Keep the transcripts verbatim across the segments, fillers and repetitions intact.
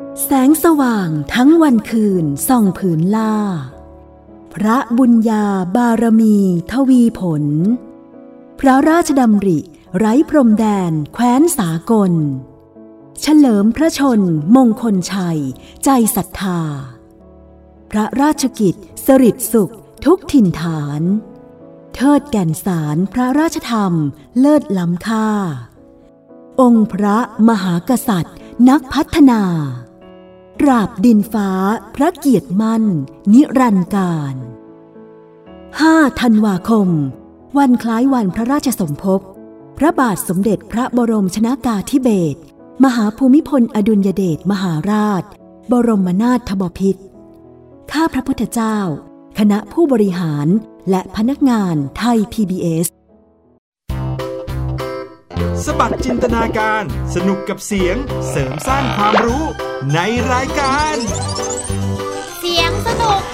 แสงสว่างทั้งวันคืนส่องผืนล่าพระบุญญาบารมีทวีผลพระราชดำริไร้พรมแดนแคว้นสากลเฉลิมพระชนมงคลชัยใจศรัทธาพระราชกิจสฤทธิสุขทุกถิ่นฐานเทิดแก่นสารพระราชธรรมเลิศล้ำค่าองค์พระมหากษัตริย์นักพัฒนาตราบดินฟ้าพระเกียรติมั่นนิรันดร์การห้าธันวาคมวันคล้ายวันพระราชสมภพพระบาทสมเด็จพระบรมชนกาธิเบศรมหาภูมิพลอดุลยเดชมหาราชบรมนาถบพิตรข้าพระพุทธเจ้าคณะผู้บริหารและพนักงานไทย พี บี เอสสบัดจินตนาการสนุกกับเสียงเสริมสร้างความรู้ในรายการเสียงสนุก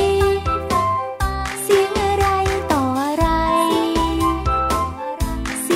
เสี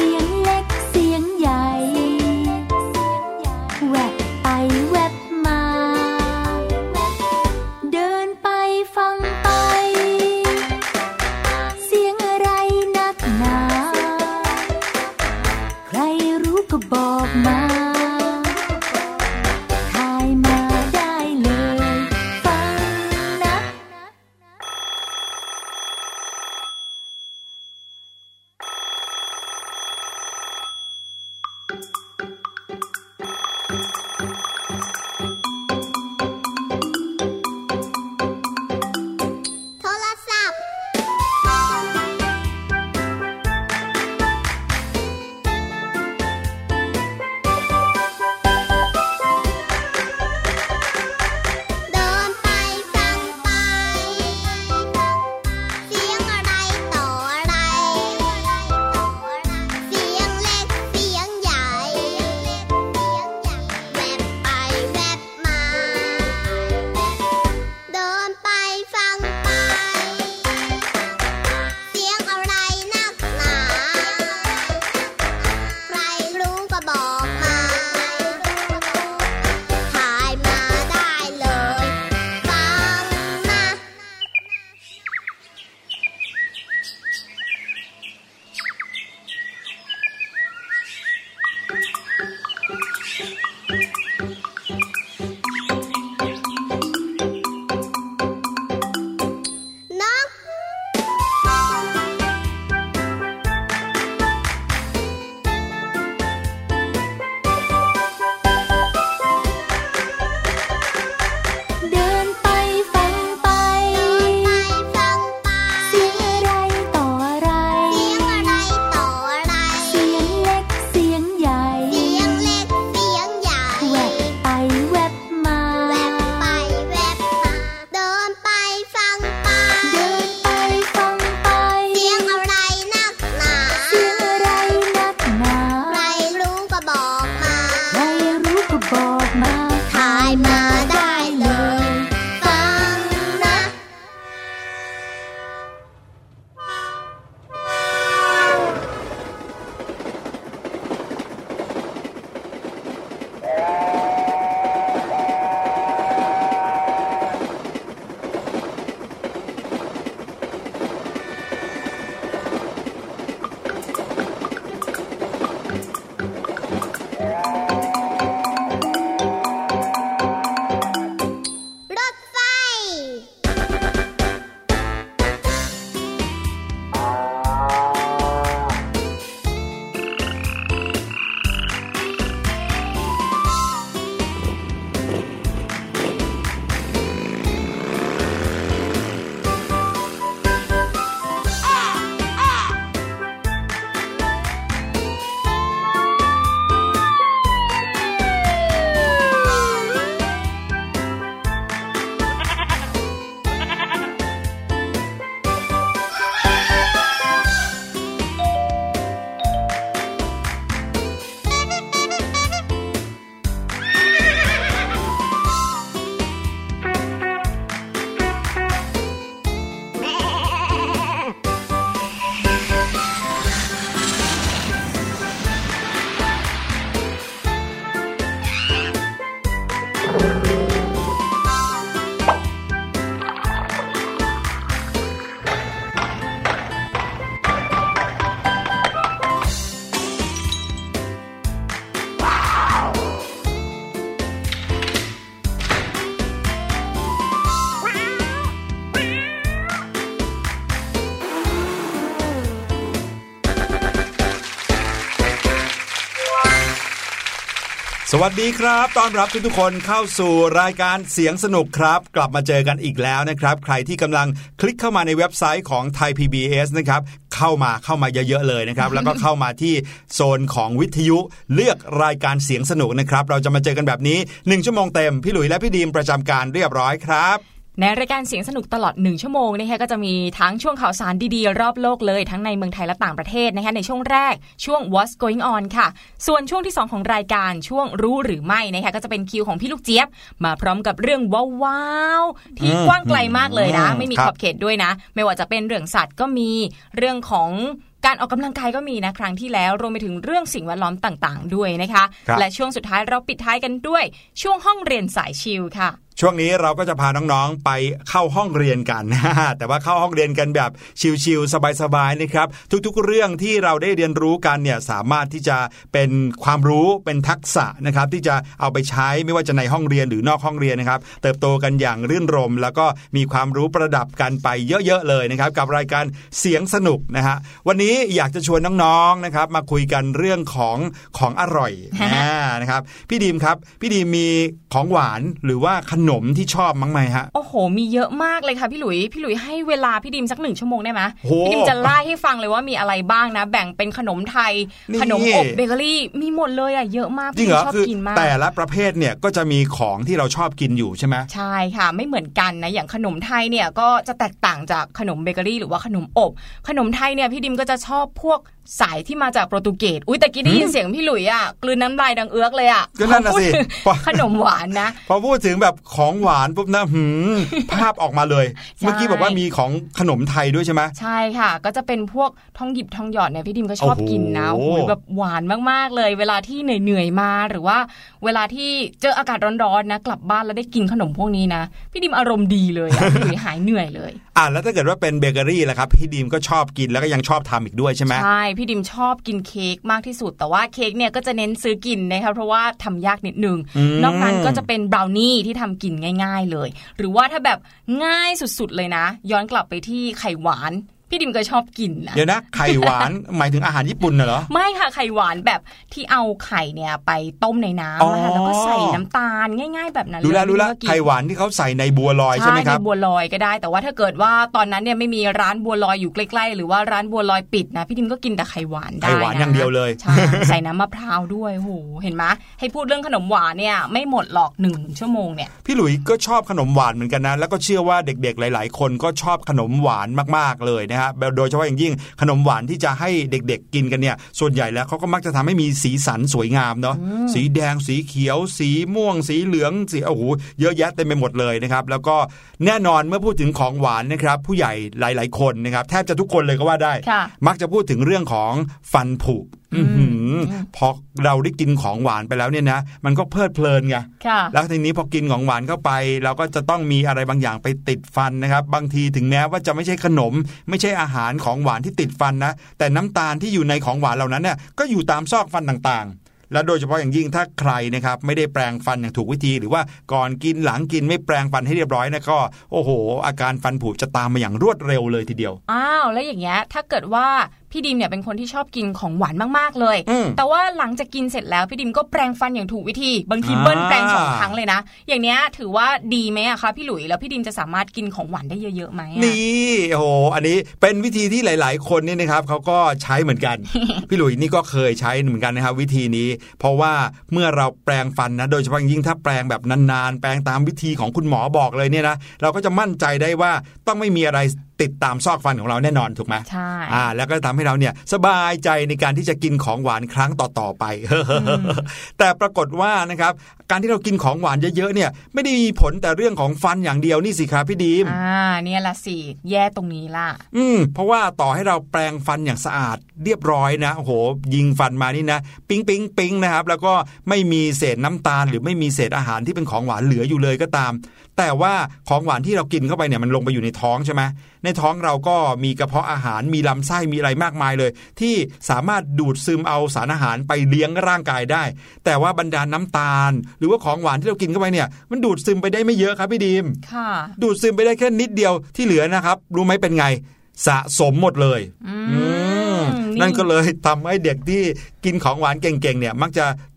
สวัสดีครับต้อนรับทุกๆคนเข้าสู่รายการเสียงสนุกครับกลับมาเจอกันอีกแล้วนะครับใครที่กำลังคลิกเข้ามาในเว็บไซต์ของ Thai พี บี เอส นะครับเข้ามาเข้ามาเยอะๆเลยนะครับ แล้วก็เข้ามาที่โซนของวิทยุเลือกรายการเสียงสนุกนะครับเราจะมาเจอกันแบบนี้หนึ่งชั่วโมงเต็มพี่หลุยและพี่ดีมประจำการเรียบร้อยครับในรายการเสียงสนุกตลอดหนึ่งชั่วโมงนะคะก็จะมีทั้งช่วงข่าวสารดีๆรอบโลกเลยทั้งในเมืองไทยและต่างประเทศนะคะในช่วงแรกช่วง What's Going On ค่ะส่วนช่วงที่สองของรายการช่วงรู้หรือไม่นะคะก็จะเป็นคิวของพี่ลูกเจี๊ยบมาพร้อมกับเรื่องว้าวๆที่กว้างไกลมากเลยนะไม่มีขอบเขตด้วยนะไม่ว่าจะเป็นเรื่องสัตว์ก็มีเรื่องของการออกกำลังกายก็มีนะครั้งที่แล้วรวมไปถึงเรื่องสิ่งแวดล้อมต่างๆด้วยนะคะและช่วงสุดท้ายเราปิดท้ายกันด้วยช่วงห้องเรียนสายชิลค่ะช่วงนี้เราก็จะพาน้องๆไปเข้าห้องเรียนกัน แต่ว่าเข้าห้องเรียนกันแบบชิลๆสบายๆนะครับทุกๆเรื่องที่เราได้เรียนรู้กันเนี่ยสามารถที่จะเป็นความรู้เป็นทักษะนะครับที่จะเอาไปใช้ไม่ว่าจะในห้องเรียนหรือนอกห้องเรียนนะครับเติบโตกันอย่างรื่นรมแล้วก็มีความรู้ประดับกันไปเยอะๆเลยนะครับกับรายการเสียงสนุกนะฮะวันนี้อยากจะชวนน้องๆนะครับมาคุยกันเรื่องของของอร่อย นะครับพี่ดีมครับพี่ดีมมีของหวานหรือว่าขนมที่ชอบมั้งไหมฮะโอ้โหมีเยอะมากเลยค่ะพี่หลุยพี่หลุยให้เวลาพี่ดิมสักหนึ่งชั่วโมงได้ไหมพี่ดิมจะไล่ให้ฟังเลยว่ามีอะไรบ้างนะแบ่งเป็นขนมไทยขนมอบเบเกอรี่มีหมดเลยอ่ะเยอะมากพี่ชอบกินมากแต่ละประเภทเนี่ยก็จะมีของที่เราชอบกินอยู่ใช่ไหมใช่ค่ะไม่เหมือนกันนะอย่างขนมไทยเนี่ยก็จะแตกต่างจากขนมเบเกอรี่หรือว่าขนมอบขนมไทยเนี่ยพี่ดิมก็จะชอบพวกสายที่มาจากโปรตุเกสอุ้ยแต่กี้ได้ยินเสียงพี่หลุยอ่ะกลืนน้ำลายดังเอื้อกเลยอ่ะก็นั่นน่ะสิขนมหวานนะพอพูดถึงแบบของหวานปุ๊บนะหืมภาพออกมาเลยเมื่อกี้บอกว่ามีของขนมไทยด้วยใช่ไหมใช่ค่ะก็จะเป็นพวกทองหยิบทองหยอดเนี่ยพี่ดิมก็ชอบกินนะโอ้โหแบบหวานมากๆเลยเวลาที่เหนื่อยๆมาหรือว่าเวลาที่เจออากาศร้อนๆนะกลับบ้านแล้วได้กินขนมพวกนี้นะพี่ดิมอารมณ์ดีเลยพี่หลุยหายเหนื่อยเลยอ่ะแล้วถ้าเกิดว่าเป็นเบเกอรี่ล่ะครับพี่ดิมก็ชอบกินแล้วก็ยังชอบทำอีกด้วยใช่ไหมใช่พี่ดิมชอบกินเค้กมากที่สุดแต่ว่าเค้กเนี่ยก็จะเน้นซื้อกินนะคะเพราะว่าทำยากนิดนึงนอกนั้นก็จะเป็นบราวนี่ที่ทำกินง่ายๆเลยหรือว่าถ้าแบบง่ายสุดๆเลยนะย้อนกลับไปที่ไข่หวานพี่ดิมก็ชอบกินนะเดี๋ยวนะไข่หวาน หมายถึงอาหารญี่ปุ่นเหรอไม่ค่ะไข่หวานแบบที่เอาไข่เนี่ยไปต้มในน้ำนะคะแล้วก็ใส่น้ำตาลง่ายๆแบบนั้นรู้แล้วรู้แล้วไข่หวานที่เขาใส่ในบัวลอยใช่ไหมครับใช่ในบัวลอยก็ได้แต่ว่าถ้าเกิดว่าตอนนั้นเนี่ยไม่มีร้านบัวลอยอยู่ใกล้ๆหรือว่าร้านบัวลอยปิดนะพี่ดิมก็กินแต่ไข่หวานได้ไข่หวานอย่างเดียวเลยใช่ใส่น้ำมะพร้าวด้วยโหเห็นไหมให้พูดเรื่องขนมหวานเนี่ยไม่หมดหรอกหนึ่งชั่วโมงเนี่ยพี่หลุยก็ชอบขนมหวานเหมือนกันนะแล้วก็เชื่อว่าเด็กๆหลายๆคนก็ชอบขนมหวานมากๆเลยนะฮะโดยเฉพาะยิ่งขนมหวานที่จะให้เด็กๆกินกันเนี่ยส่วนใหญ่แล้วเขาก็มักจะทำให้มีสีสันสวยงามเนาะสีแดงสีเขียวสีม่วงสีเหลืองสีโอ้โหเยอะแยะเต็มไปหมดเลยนะครับแล้วก็แน่นอนเมื่อพูดถึงของหวานนะครับผู้ใหญ่หลายๆคนนะครับแทบจะทุกคนเลยก็ว่าได้มักจะพูดถึงเรื่องของฟันผุพอเราได้กินของหวานไปแล้วเนี่ยนะมันก็เพลิดเพลินไงแล้วทีนี้พอกินของหวานเข้าไปเราก็จะต้องมีอะไรบางอย่างไปติดฟันนะครับบางทีถึงแม้ว่าจะไม่ใช่ขนมไม่ใช่อาหารของหวานที่ติดฟันนะแต่น้ำตาลที่อยู่ในของหวานเหล่านั้นเนี่ยก็อยู่ตามซอกฟันต่างๆและโดยเฉพาะอย่างยิ่งถ้าใครนะครับไม่ได้แปรงฟันอย่างถูกวิธีหรือว่าก่อนกินหลังกินไม่แปรงฟันให้เรียบร้อยนะก็โอ้โหอาการฟันผุจะตามมาอย่างรวดเร็วเลยทีเดียวอ้าวแล้วอย่างเงี้ยถ้าเกิดว่าพี่ดิมเนี่ยเป็นคนที่ชอบกินของหวานมากๆเลยแต่ว่าหลังจากกินเสร็จแล้วพี่ดิมก็แปรงฟันอย่างถูกวิธีบางทีเบิ้ลแปรงสองครั้งเลยนะอย่างเนี้ยถือว่าดีไหมอะคะพี่หลุยแล้วพี่ดิมจะสามารถกินของหวานได้เยอะๆไหมนี่โอ้โหอันนี้เป็นวิธีที่หลายๆคนนี่นะครับเขาก็ใช้เหมือนกัน พี่หลุยนี่ก็เคยใช้เหมือนกันนะครับวิธีนี้เพราะว่าเมื่อเราแปรงฟันนะโดยเฉพาะยิ่งถ้าแปรงแบบนานๆแปรงตามวิธีของคุณหมอบอกเลยเนี่ยนะเราก็จะมั่นใจได้ว่าต้องไม่มีอะไรติดตามซอกฟันของเราแน่นอนถูกไหมใช่อ่าแล้วก็ทำให้เราเนี่ยสบายใจในการที่จะกินของหวานครั้งต่อๆไป แต่ปรากฏว่านะครับการที่เรากินของหวานเยอะๆเนี่ยไม่ได้มีผลแต่เรื่องของฟันอย่างเดียวนี่สิครับพี่ดีมอ่าเนี่ยละสิแย่ตรงนี้ล่ะอืมเพราะว่าต่อให้เราแปรงฟันอย่างสะอาดเรียบร้อยนะโอ้โหยิงฟันมานี่นะปิ๊งปิ๊งปิ๊งนะครับแล้วก็ไม่มีเศษน้ำตาลหรือไม่มีเศษอาหารที่เป็นของหวานเหลืออยู่เลยก็ตามแต่ว่าของหวานที่เรากินเข้าไปเนี่ยมันลงไปอยู่ในท้องใช่ไหมในท้องเราก็มีกระเพาะอาหารมีลำไส้มีอะไรมากมายเลยที่สามารถดูดซึมเอาสารอาหารไปเลี้ยงร่างกายได้แต่ว่าบรรดาน้ำตาลหรือว่าของหวานที่เรากินเข้าไปเนี่ยมันดูดซึมไปได้ไม่เยอะครับพี่ดีมค่ะดูดซึมไปได้แค่นิดเดียวที่เหลือนะครับรู้ไหมเป็นไงสะสมหมดเลยนั่นก็เลยทำให้เด็กที่กินของหวานเก่งๆเนี่ยมักจะ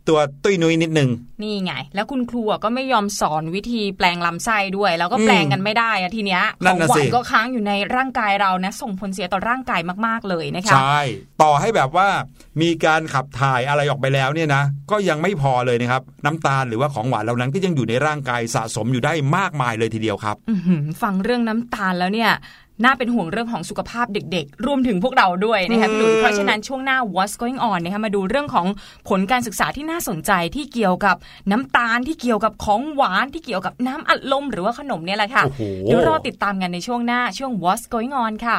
ตัวตุ้ยนุ้ยนิดนึงนี่ไงแล้วคุณครูก็ไม่ยอมสอนวิธีแปลงลำไส้ด้วยแล้วก็แปลงกันไม่ได้อะทีเนี้ยของหวานก็ค้างอยู่ในร่างกายเรานะส่งผลเสียต่อร่างกายมากๆเลยนะคะใช่ต่อให้แบบว่ามีการขับถ่ายอะไรออกไปแล้วเนี่ยนะก็ยังไม่พอเลยนะครับน้ำตาลหรือว่าของหวานเหล่านั้นก็ยังอยู่ในร่างกายสะสมอยู่ได้มากมายเลยทีเดียวครับฟังเรื่องน้ำตาลแล้วเนี่ยน่าเป็นห่วงเรื่องของสุขภาพเด็กๆรวมถึงพวกเราด้วยนะคะพี่หลุยเพราะฉะนั้นช่วงหน้า What's Going On นะคะมาดูเรื่องของผลการศึกษาที่น่าสนใจที่เกี่ยวกับน้ำตาลที่เกี่ยวกับของหวานที่เกี่ยวกับน้ำอัดลมหรือว่าขนมเนี่ยแหละค่ะเดี๋ยวรอติดตามกันในช่วงหน้าช่วง What's Going On ค่ะ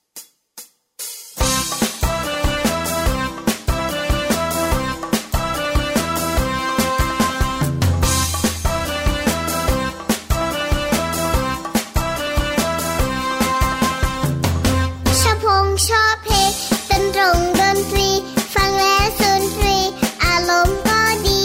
ชอบเพลงเต้นตรงดนตรีฟังแล้วสุนทรีอารมณ์ก็ดี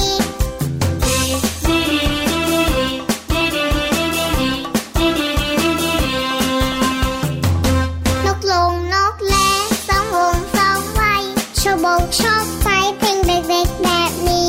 นกลงนกแลสองวงสองไว้ชอบบกชอบใจเพลงเด็กๆแบบนี้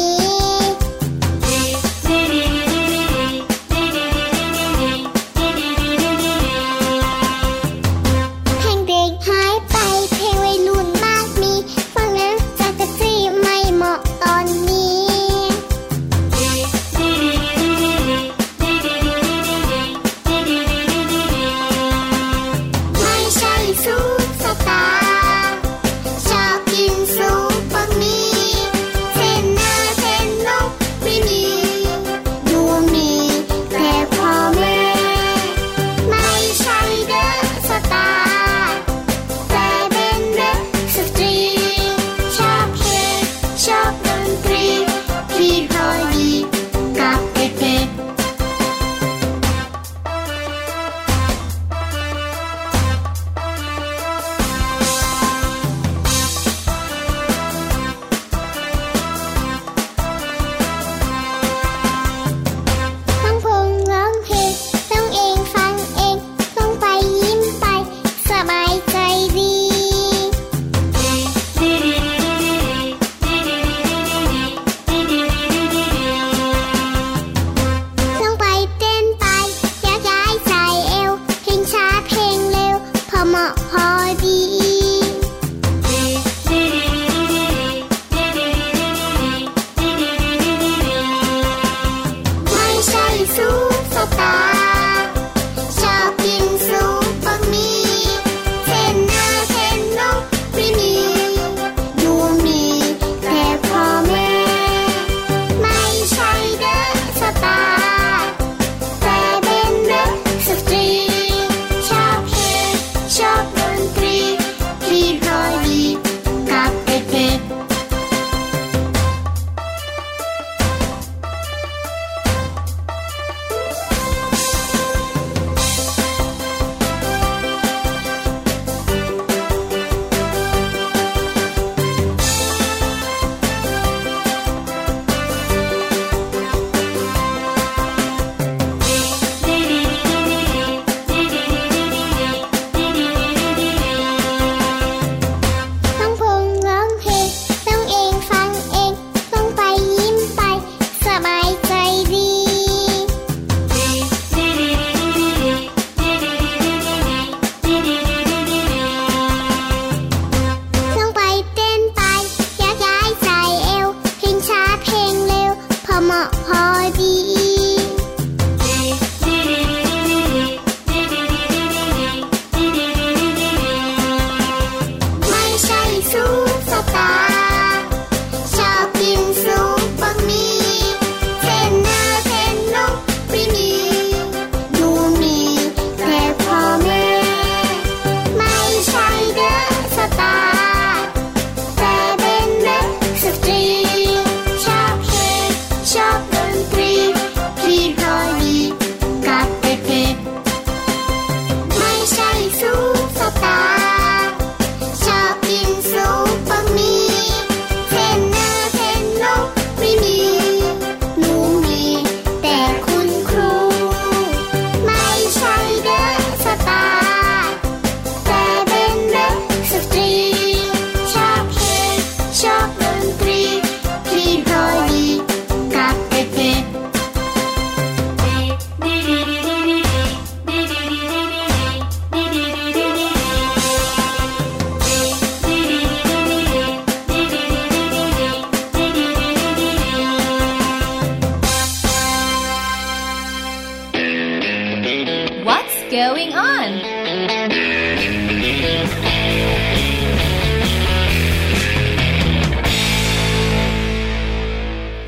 ช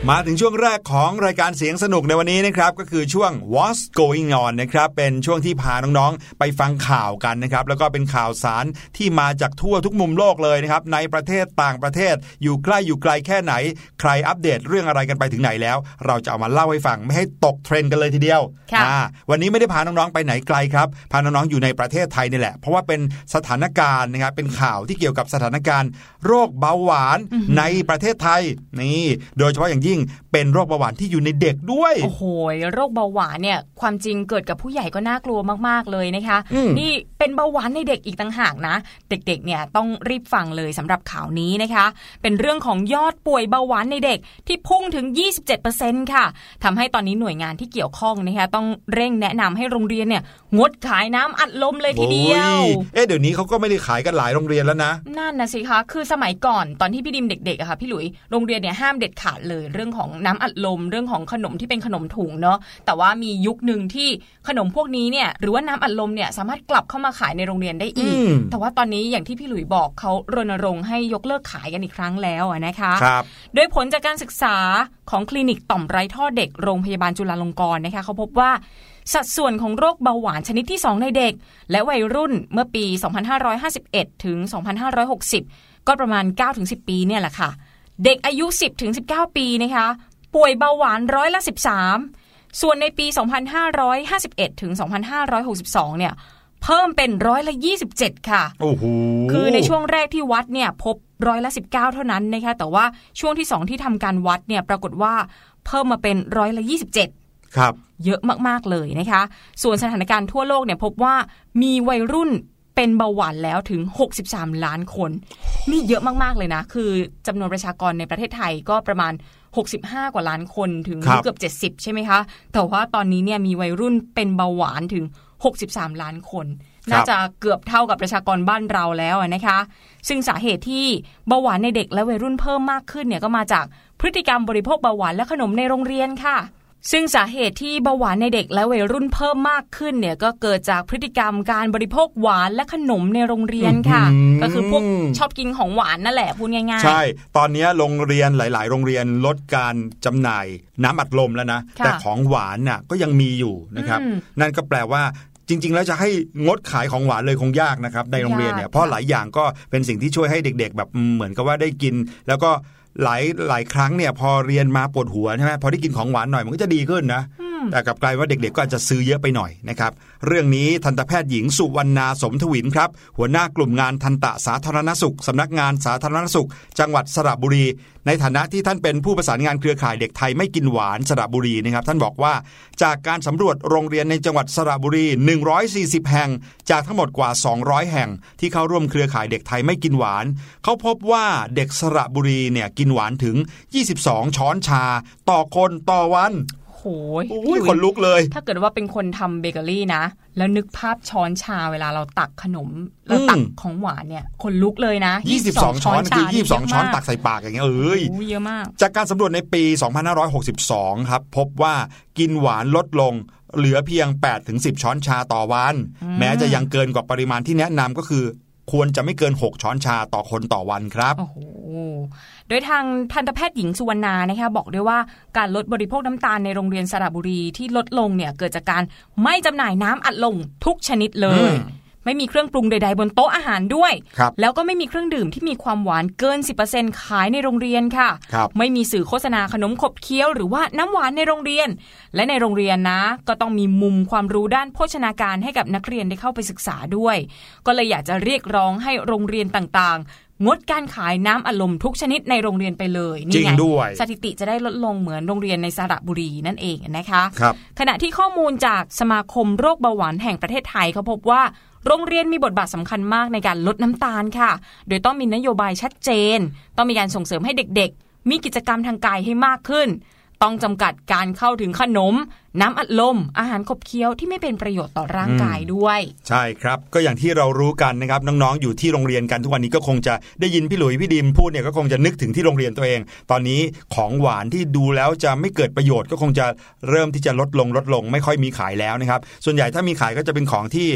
มาถึงช่วงแรกของรายการเสียงสนุกในวันนี้นะครับก็คือช่วง What's Going On นะครับเป็นช่วงที่พาน้องๆไปฟังข่าวกันนะครับแล้วก็เป็นข่าวสารที่มาจากทั่วทุกมุมโลกเลยนะครับในประเทศต่างประเทศอยู่ใกล้อยู่ไกลแค่ไหนใครอัปเดตเรื่องอะไรกันไปถึงไหนแล้วเราจะเอามาเล่าให้ฟังไม่ให้ตกเทรนด์กันเลยทีเดียววันนี้ไม่ได้พาน้องๆไปไหนไกลครับพาน้องๆอยู่ในประเทศไทยนี่แหละเพราะว่าเป็นสถานการณ์นะครับเป็นข่าวที่เกี่ยวกับสถานการณ์โรคเบาหวานในประเทศไทยนี่โดยเฉพาะอย่างยิ่งเป็นโรคเบาหวานที่อยู่ในเด็กด้วยโอ้โหโรคเบาหวานเนี่ยความจริงเกิดกับผู้ใหญ่ก็น่ากลัวมากๆเลยนะคะนี่เป็นเบาหวานในเด็กอีกต่างหากนะเด็กๆเนี่ยต้องรีบฟังเลยสำหรับข่าวนี้นะคะเป็นเรื่องของยอดป่วยเบาหวานในเด็กที่พุ่งถึง ยี่สิบเจ็ดเปอร์เซ็นต์ ค่ะทำให้ตอนนี้หน่วยงานที่เกี่ยวข้องนะคะต้องเร่งแนะนำให้โรงเรียนเนี่ยงดขายน้ำอัดลมเลยทีเดียวเอ๊ะเดี๋ยวนี้เขาก็ไม่ได้ขายกันหลายโรงเรียนแล้วนะนั่นนะสิคะคือสมัยก่อนตอนที่พี่ดิมเด็กๆอะค่ะพี่หลุยโรงเรียนเนี่ยห้ามเด็ดขาดเลยเรื่องของน้ำอัดลมเรื่องของขนมที่เป็นขนมถุงเนาะแต่ว่ามียุคนึงที่ขนมพวกนี้เนี่ยหรือว่าน้ำอัดลมเนี่ยสามารถกลับเข้ามาขายในโรงเรียนได้อีกแต่ว่าตอนนี้อย่างที่พี่หลุยบอกเขารณรงค์ให้ยกเลิกขายกันอีกครั้งแล้วนะคะโดยผลจากการศึกษาของคลินิกต่อมไร้ท่อเด็กโรงพยาบาลจุฬาลงกรณ์นะคะเขาพบว่าสัดส่วนของโรคเบาหวานชนิดที่สองในเด็กและวัยรุ่นเมื่อปี สองพันห้าร้อยห้าสิบเอ็ด ถึง สองพันห้าร้อยหกสิบ ก็ประมาณ เก้าถึงสิบ ปีเนี่ยแหละค่ะเด็กอายุ สิบถึงสิบเก้า ปีนะคะป่วยเบาหวานร้อยละสิบสามส่วนในปี สองพันห้าร้อยห้าสิบเอ็ด ถึง สองพันห้าร้อยหกสิบสอง เนี่ยเพิ่มเป็นร้อยละยี่สิบเจ็ดค่ะโอ้โหคือในช่วงแรกที่วัดเนี่ยพบร้อยละสิบเก้าเท่านั้นนะคะแต่ว่าช่วงที่สองที่ทำการวัดเนี่ยปรากฏว่าเพิ่มมาเป็นร้อยละยี่สิบเจ็ดครับเยอะมากๆเลยนะคะส่วนสถานการณ์ทั่วโลกเนี่ยพบว่ามีวัยรุ่นเป็นเบาหวานแล้วถึงหกสิบสามล้านคนนี่เยอะมากๆเลยนะคือจำนวนประชากรในประเทศไทยก็ประมาณหกสิบห้ากว่าล้านคนถึงเกือบเจ็ดสิบใช่ไหมคะแต่ว่าตอนนี้เนี่ยมีวัยรุ่นเป็นเบาหวานถึงหกสิบสามล้านคนน่าจะเกือบเท่ากับประชากรบ้านเราแล้วนะคะซึ่งสาเหตุที่เบาหวานในเด็กและวัยรุ่นเพิ่มมากขึ้นเนี่ยก็มาจากพฤติกรรมบริโภคเบาหวานและขนมในโรงเรียนค่ะซึ่งสาเหตุที่เบาหวานในเด็กและวัยรุ่นเพิ่มมากขึ้นเนี่ยก็เกิดจากพฤติกรรมการบริโภคหวานและขนมในโรงเรียนค่ะก็คือพวกชอบกินของหวานนั่นแหละพูดง่ายๆใช่ตอนนี้โรงเรียนหลายๆโรงเรียนลดการจำหน่ายน้ำอัดลมแล้วนะแต่ของหวานน่ะก็ยังมีอยู่นะครับนั่นก็แปลว่าจริงๆแล้วจะให้งดขายของหวานเลยคงยากนะครับในโรงเรียนเนี่ยเพราะหลายอย่างก็เป็นสิ่งที่ช่วยให้เด็กๆแบบเหมือนกับว่าได้กินแล้วก็หลายหลายครั้งเนี่ยพอเรียนมาปวดหัวใช่ไหมพอได้กินของหวานหน่อยมันก็จะดีขึ้นนะแต่กลับกลายว่าเด็กๆก็อาจจะซื้อเยอะไปหน่อยนะครับเรื่องนี้ทันตแพทย์หญิงสุวรรณาสมทวินครับหัวหน้ากลุ่มงานทันตสาธารณสุขสำนักงานสาธารณสุขจังหวัดสระบุรีในฐานะที่ท่านเป็นผู้ประสานงานเครือข่ายเด็กไทยไม่กินหวานสระบุรีนะครับท่านบอกว่าจากการสำรวจโรงเรียนในจังหวัดสระบุรีหนึ่งร้อยสี่สิบแห่งจากทั้งหมดกว่าสองร้อยแห่งที่เข้าร่วมเครือข่ายเด็กไทยไม่กินหวานเขาพบว่าเด็กสระบุรีเนี่ยกินหวานถึงยี่สิบสองช้อนชาต่อคนต่อวันโอ้ยคนลุกเลยถ้าเกิดว่าเป็นคนทำเบเกอรี่นะแล้วนึกภาพช้อนชาเวลาเราตักขนมเราตักของหวานเนี่ยคนลุกเลยนะยี่สิบสองช้อนคือยี่สิบสองช้อนตักใส่ปากอย่างเงี้ยเอ้ยเยอะมากจากการสำรวจในปีสองพันห้าร้อยหกสิบสองครับพบว่ากินหวานลดลงเหลือเพียง แปดถึงสิบ ช้อนชาต่อวันแม้จะยังเกินกว่าปริมาณที่แนะนำก็คือควรจะไม่เกินหกช้อนชาต่อคนต่อวันครับโอ้โหโดยทางทันตแพทย์หญิงสุวรรณานะคะบอกด้วยว่าการลดบริโภคน้ำตาลในโรงเรียนสระบุรีที่ลดลงเนี่ยเกิดจากการไม่จำหน่ายน้ำอัดลมทุกชนิดเลยไม่มีเครื่องปรุงใดๆบนโต๊ะอาหารด้วยแล้วก็ไม่มีเครื่องดื่มที่มีความหวานเกิน สิบเปอร์เซ็นต์ ขายในโรงเรียนค่ะไม่มีสื่อโฆษณาขนมขบเคี้ยวหรือว่าน้ำหวานในโรงเรียนและในโรงเรียนนะก็ต้องมีมุมความรู้ด้านโภชนาการให้กับนักเรียนได้เข้าไปศึกษาด้วยก็เลยอยากจะเรียกร้องให้โรงเรียนต่างๆงดการขายน้ำอัดลมทุกชนิดในโรงเรียนไปเลยนี่ไงสถิติจะได้ลดลงเหมือนโรงเรียนในสระบุรีนั่นเองนะคะขณะที่ข้อมูลจากสมาคมโรคเบาหวานแห่งประเทศไทยเขาพบว่าโรงเรียนมีบทบาทสำคัญมากในการลดน้ำตาลค่ะโดยต้องมีนโยบายชัดเจนต้องมีการส่งเสริมให้เด็กๆมีกิจกรรมทางกายให้มากขึ้นต้องจำกัดการเข้าถึงขนมน้ำอัดลมอาหารขบเคี้ยวที่ไม่เป็นประโยชน์ต่อร่างกายด้วยใช่ครับก็อย่างที่เรารู้กันนะครับน้องๆอยู่ที่โรงเรียนกันทุกวันนี้ก็คงจะได้ยินพี่หลุยพี่ดิมพูดเนี่ยก็คงจะนึกถึงที่โรงเรียนตัวเองตอนนี้ของหวานที่ดูแล้วจะไม่เกิดประโยชน์ก็คงจะเริ่มที่จะลดลงลดลงไม่ค่อยมีขายแล้วนะครับส่วนใหญ่ถ้ามีขายก็จะเป็นของที่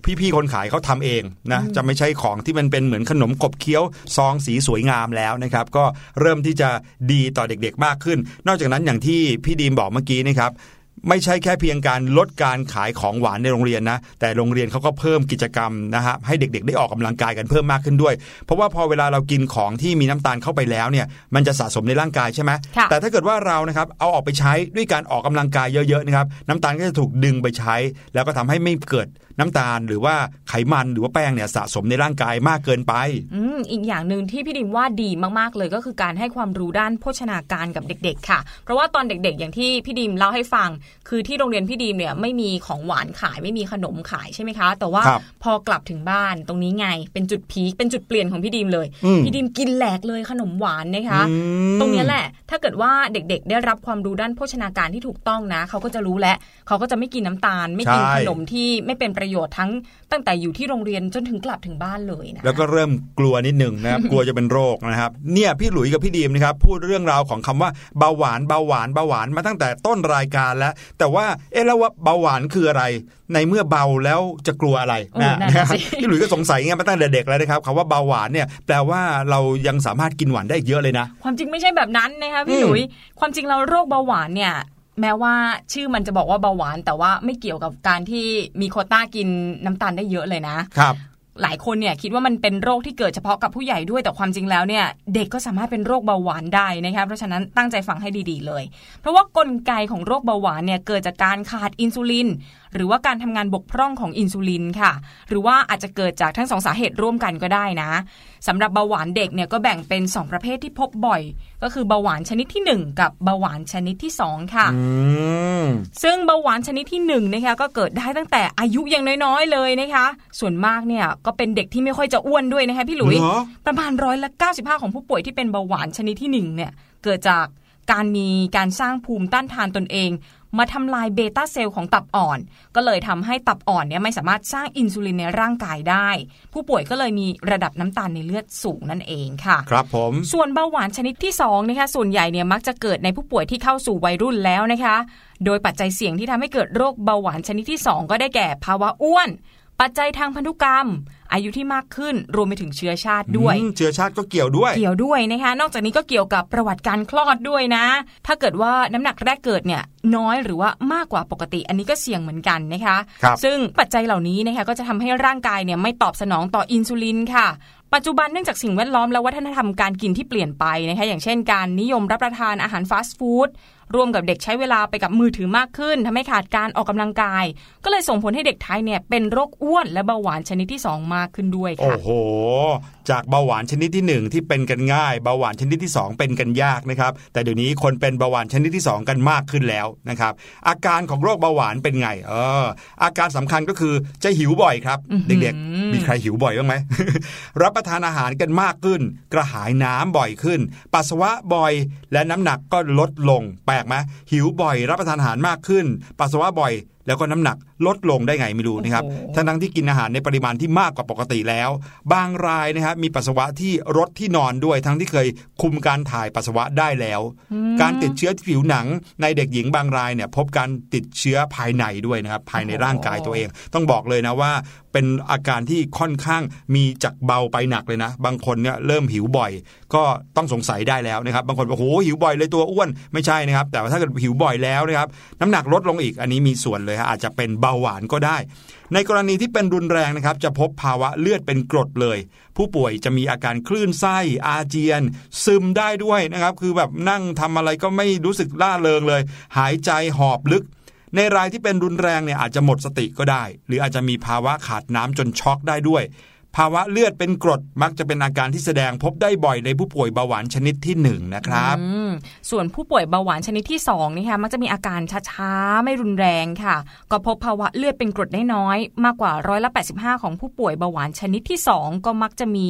พี่ๆคนขายเขาทำเองนะจะไม่ใช่ของที่มันเป็นเหมือนขนมขบเคี้ยวซองสีสวยงามแล้วนะครับก็เริ่มที่จะดีต่อเด็กๆมากขึ้นนอกจากนั้นอย่างที่พี่ดีมบอกเมื่อกี้นะครับไม่ใช่แค่เพียงการลดการขายของหวานในโรงเรียนนะแต่โรงเรียนเขาก็เพิ่มกิจกรรมนะฮะให้เด็กๆได้ออกกำลังกายกันเพิ่มมากขึ้นด้วยเพราะว่าพอเวลาเรากินของที่มีน้ำตาลเข้าไปแล้วเนี่ยมันจะสะสมในร่างกายใช่ไหมแต่ถ้าเกิดว่าเรานะครับเอาออกไปใช้ด้วยการออกกำลังกายเยอะๆนะครับน้ำตาลก็จะถูกดึงไปใช้แล้วก็ทำให้ไม่เกิดน้ำตาลหรือว่าไขมันหรือว่าแป้งเนี่ยสะสมในร่างกายมากเกินไปอืมอีกอย่างนึงที่พี่ดิมว่าดีมากๆเลยก็คือการให้ความรู้ด้านโภชนาการกับเด็กๆค่ะเพราะว่าตอนเด็กๆอย่างที่พี่ดิมเล่าให้ฟังคือที่โรงเรียนพี่ดิมเนี่ยไม่มีของหวานขายไม่มีขนมขายใช่ไหมคะแต่ว่าพอกลับถึงบ้านตรงนี้ไงเป็นจุดพีคเป็นจุดเปลี่ยนของพี่ดิมเลยพี่ดิมกินแหลกเลยขนมหวานนะคะตรงนี้แหละถ้าเกิดว่าเด็กๆได้รับความรู้ด้านโภชนาการที่ถูกต้องนะเขาก็จะรู้และเขาก็จะไม่กินน้ำตาลไม่กินขนมที่ไม่เป็นประโยชน์ทั้งตั้งแต่อยู่ที่โรงเรียนจนถึงกลับถึงบ้านเลยนะแล้วก็เริ่มกลัวนิดนึงนะครับ กลัวจะเป็นโรคนะครับเนี่ยพี่หลุยกับพี่ดีมนะครับพูดเรื่องราวของคำว่าเบาหวานเบาหวานเบาหวานมาตั้งแต่ต้นรายการแล้วแต่ว่าเอ๊ะแล้วว่าเบาหวานคืออะไรในเมื่อเบาแล้วจะกลัวอะไรนะพี่หลุยก็สงสัยไงมาตั้งแต่เด็กแล้วนะครับคำว่าเบาหวานเนี่ยแปลว่าเรายังสามารถกินหวานได้เยอะเลยนะความจริงไม่ใช่แบบนั้นนะคะพี่หลุยความจริงเราโรคเบาหวานเนี่ยแม้ว่าชื่อมันจะบอกว่าเบาหวานแต่ว่าไม่เกี่ยวกับการที่มีโควต้ากินน้ำตาลได้เยอะเลยนะครับหลายคนเนี่ยคิดว่ามันเป็นโรคที่เกิดเฉพาะกับผู้ใหญ่ด้วยแต่ความจริงแล้วเนี่ยเด็กก็สามารถเป็นโรคเบาหวานได้นะคะเพราะฉะนั้นตั้งใจฟังให้ดีๆเลยเพราะว่ากลไกของโรคเบาหวานเนี่ยเกิดจากการขาดอินซูลินหรือว่าการทำงานบกพร่องของอินซูลินค่ะหรือว่าอาจจะเกิดจากทั้งสองสาเหตุร่วมกันก็ได้นะสำหรับเบาหวานเด็กเนี่ยก็แบ่งเป็นสองประเภทที่พบบ่อยก็คือเบาหวานชนิดที่หนึ่งกับเบาหวานชนิดที่สองค่ะซึ่งเบาหวานชนิดที่หนึ่งนะคะก็เกิดได้ตั้งแต่อายุยังน้อยๆเลยนะคะส่วนมากเนี่ยก็เป็นเด็กที่ไม่ค่อยจะอ้วนด้วยนะคะพี่หลุยประมาณร้อยละเก้าสิบห้าของผู้ป่วยที่เป็นเบาหวานชนิดที่หนึ่งเนี่ยเกิดจากการมีการสร้างภูมิต้านทานตนเองมาทำลายเบต้าเซลล์ของตับอ่อนก็เลยทำให้ตับอ่อนเนี่ยไม่สามารถสร้างอินซูลินในร่างกายได้ผู้ป่วยก็เลยมีระดับน้ำตาลในเลือดสูงนั่นเองค่ะครับผมส่วนเบาหวานชนิดที่สองนะคะส่วนใหญ่เนี่ยมักจะเกิดในผู้ป่วยที่เข้าสู่วัยรุ่นแล้วนะคะโดยปัจจัยเสี่ยงที่ทำให้เกิดโรคเบาหวานชนิดที่สองก็ได้แก่ภาวะอ้วนปัจจัยทางพันธุกรรมอายุที่มากขึ้นรวมไปถึงเชื้อชาติด้วยเชื้อชาติก็เกี่ยวด้วยเกี่ยวด้วยนะคะนอกจากนี้ก็เกี่ยวกับประวัติการคลอดด้วยนะถ้าเกิดว่าน้ำหนักแรกเกิดเนี่ยน้อยหรือว่ามากกว่าปกติอันนี้ก็เสี่ยงเหมือนกันนะคะซึ่งปัจจัยเหล่านี้นะคะก็จะทำให้ร่างกายเนี่ยไม่ตอบสนองต่ออินซูลินค่ะปัจจุบันเนื่องจากสิ่งแวดล้อมและวัฒนธรรมการกินที่เปลี่ยนไปนะคะอย่างเช่นการนิยมรับประทานอาหารฟาสต์ฟู้ดร่วมกับเด็กใช้เวลาไปกับมือถือมากขึ้นทำให้ขาดการออกกำลังกายก็เลยส่งผลให้เด็กไทยเนี่ยเป็นโรคอ้วนและเบาหวานชนิดที่สองมากขึ้นด้วยค่ะโอ้โหจากเบาหวานชนิดที่หนึ่งที่เป็นกันง่ายเบาหวานชนิดที่สองเป็นกันยากนะครับแต่เดี๋ยวนี้คนเป็นเบาหวานชนิดที่สองกันมากขึ้นแล้วนะครับอาการของโรคเบาหวานเป็นไงเอออาการสำคัญก็คือจะหิวบ่อยครับเด็กๆมีใครหิวบ่อยบ้างไหม รับประทานอาหารกันมากขึ้นกระหายน้ำบ่อยขึ้นปัสสาวะบ่อยและน้ำหนักก็ลดลงแปลกไหมหิวบ่อยรับประทานอาหารมากขึ้นปัสสาวะบ่อยแล้วก็น้ำหนักลดลงได้ไงไม่รู้นะครับทั้งทั้งที่กินอาหารในปริมาณที่มากกว่าปกติแล้วบางรายนะครับมีปัสสาวะที่ลดที่นอนด้วยทั้งที่เคยคุมการถ่ายปัสสาวะได้แล้วการติดเชื้อที่ผิวหนังในเด็กหญิงบางรายเนี่ยพบการติดเชื้อภายในด้วยนะครับภายในร่างกายตัวเองต้องบอกเลยนะว่าเป็นอาการที่ค่อนข้างมีจากเบาไปหนักเลยนะบางคนเนี่ยเริ่มหิวบ่อยก็ต้องสงสัยได้แล้วนะครับบางคนบอกโอ้โหหิวบ่อยเลยตัวอ้วนไม่ใช่นะครับแต่ว่าถ้าเกิดหิวบ่อยแล้วนะครับน้ำหนักลดลงอีกอันนี้มีส่วนเลยอาจจะเป็นเบาหวานก็ได้ในกรณีที่เป็นรุนแรงนะครับจะพบภาวะเลือดเป็นกรดเลยผู้ป่วยจะมีอาการคลื่นไส้อาเจียนซึมได้ด้วยนะครับคือแบบนั่งทำอะไรก็ไม่รู้สึกล่าเริงเลยหายใจหอบลึกในรายที่เป็นรุนแรงเนี่ยอาจจะหมดสติก็ได้หรืออาจจะมีภาวะขาดน้ำจนช็อกได้ด้วยภาวะเลือดเป็นกรดมักจะเป็นอาการที่แสดงพบได้บ่อยในผู้ป่วยเบาหวานชนิดที่หนึ่งนะครับส่วนผู้ป่วยเบาหวานชนิดที่สองนี่ค่ะมักจะมีอาการช้าๆไม่รุนแรงค่ะก็พบภาวะเลือดเป็นกรดได้น้อยมากกว่าร้อยละแปดสิบห้าของผู้ป่วยเบาหวานชนิดที่สองก็มักจะมี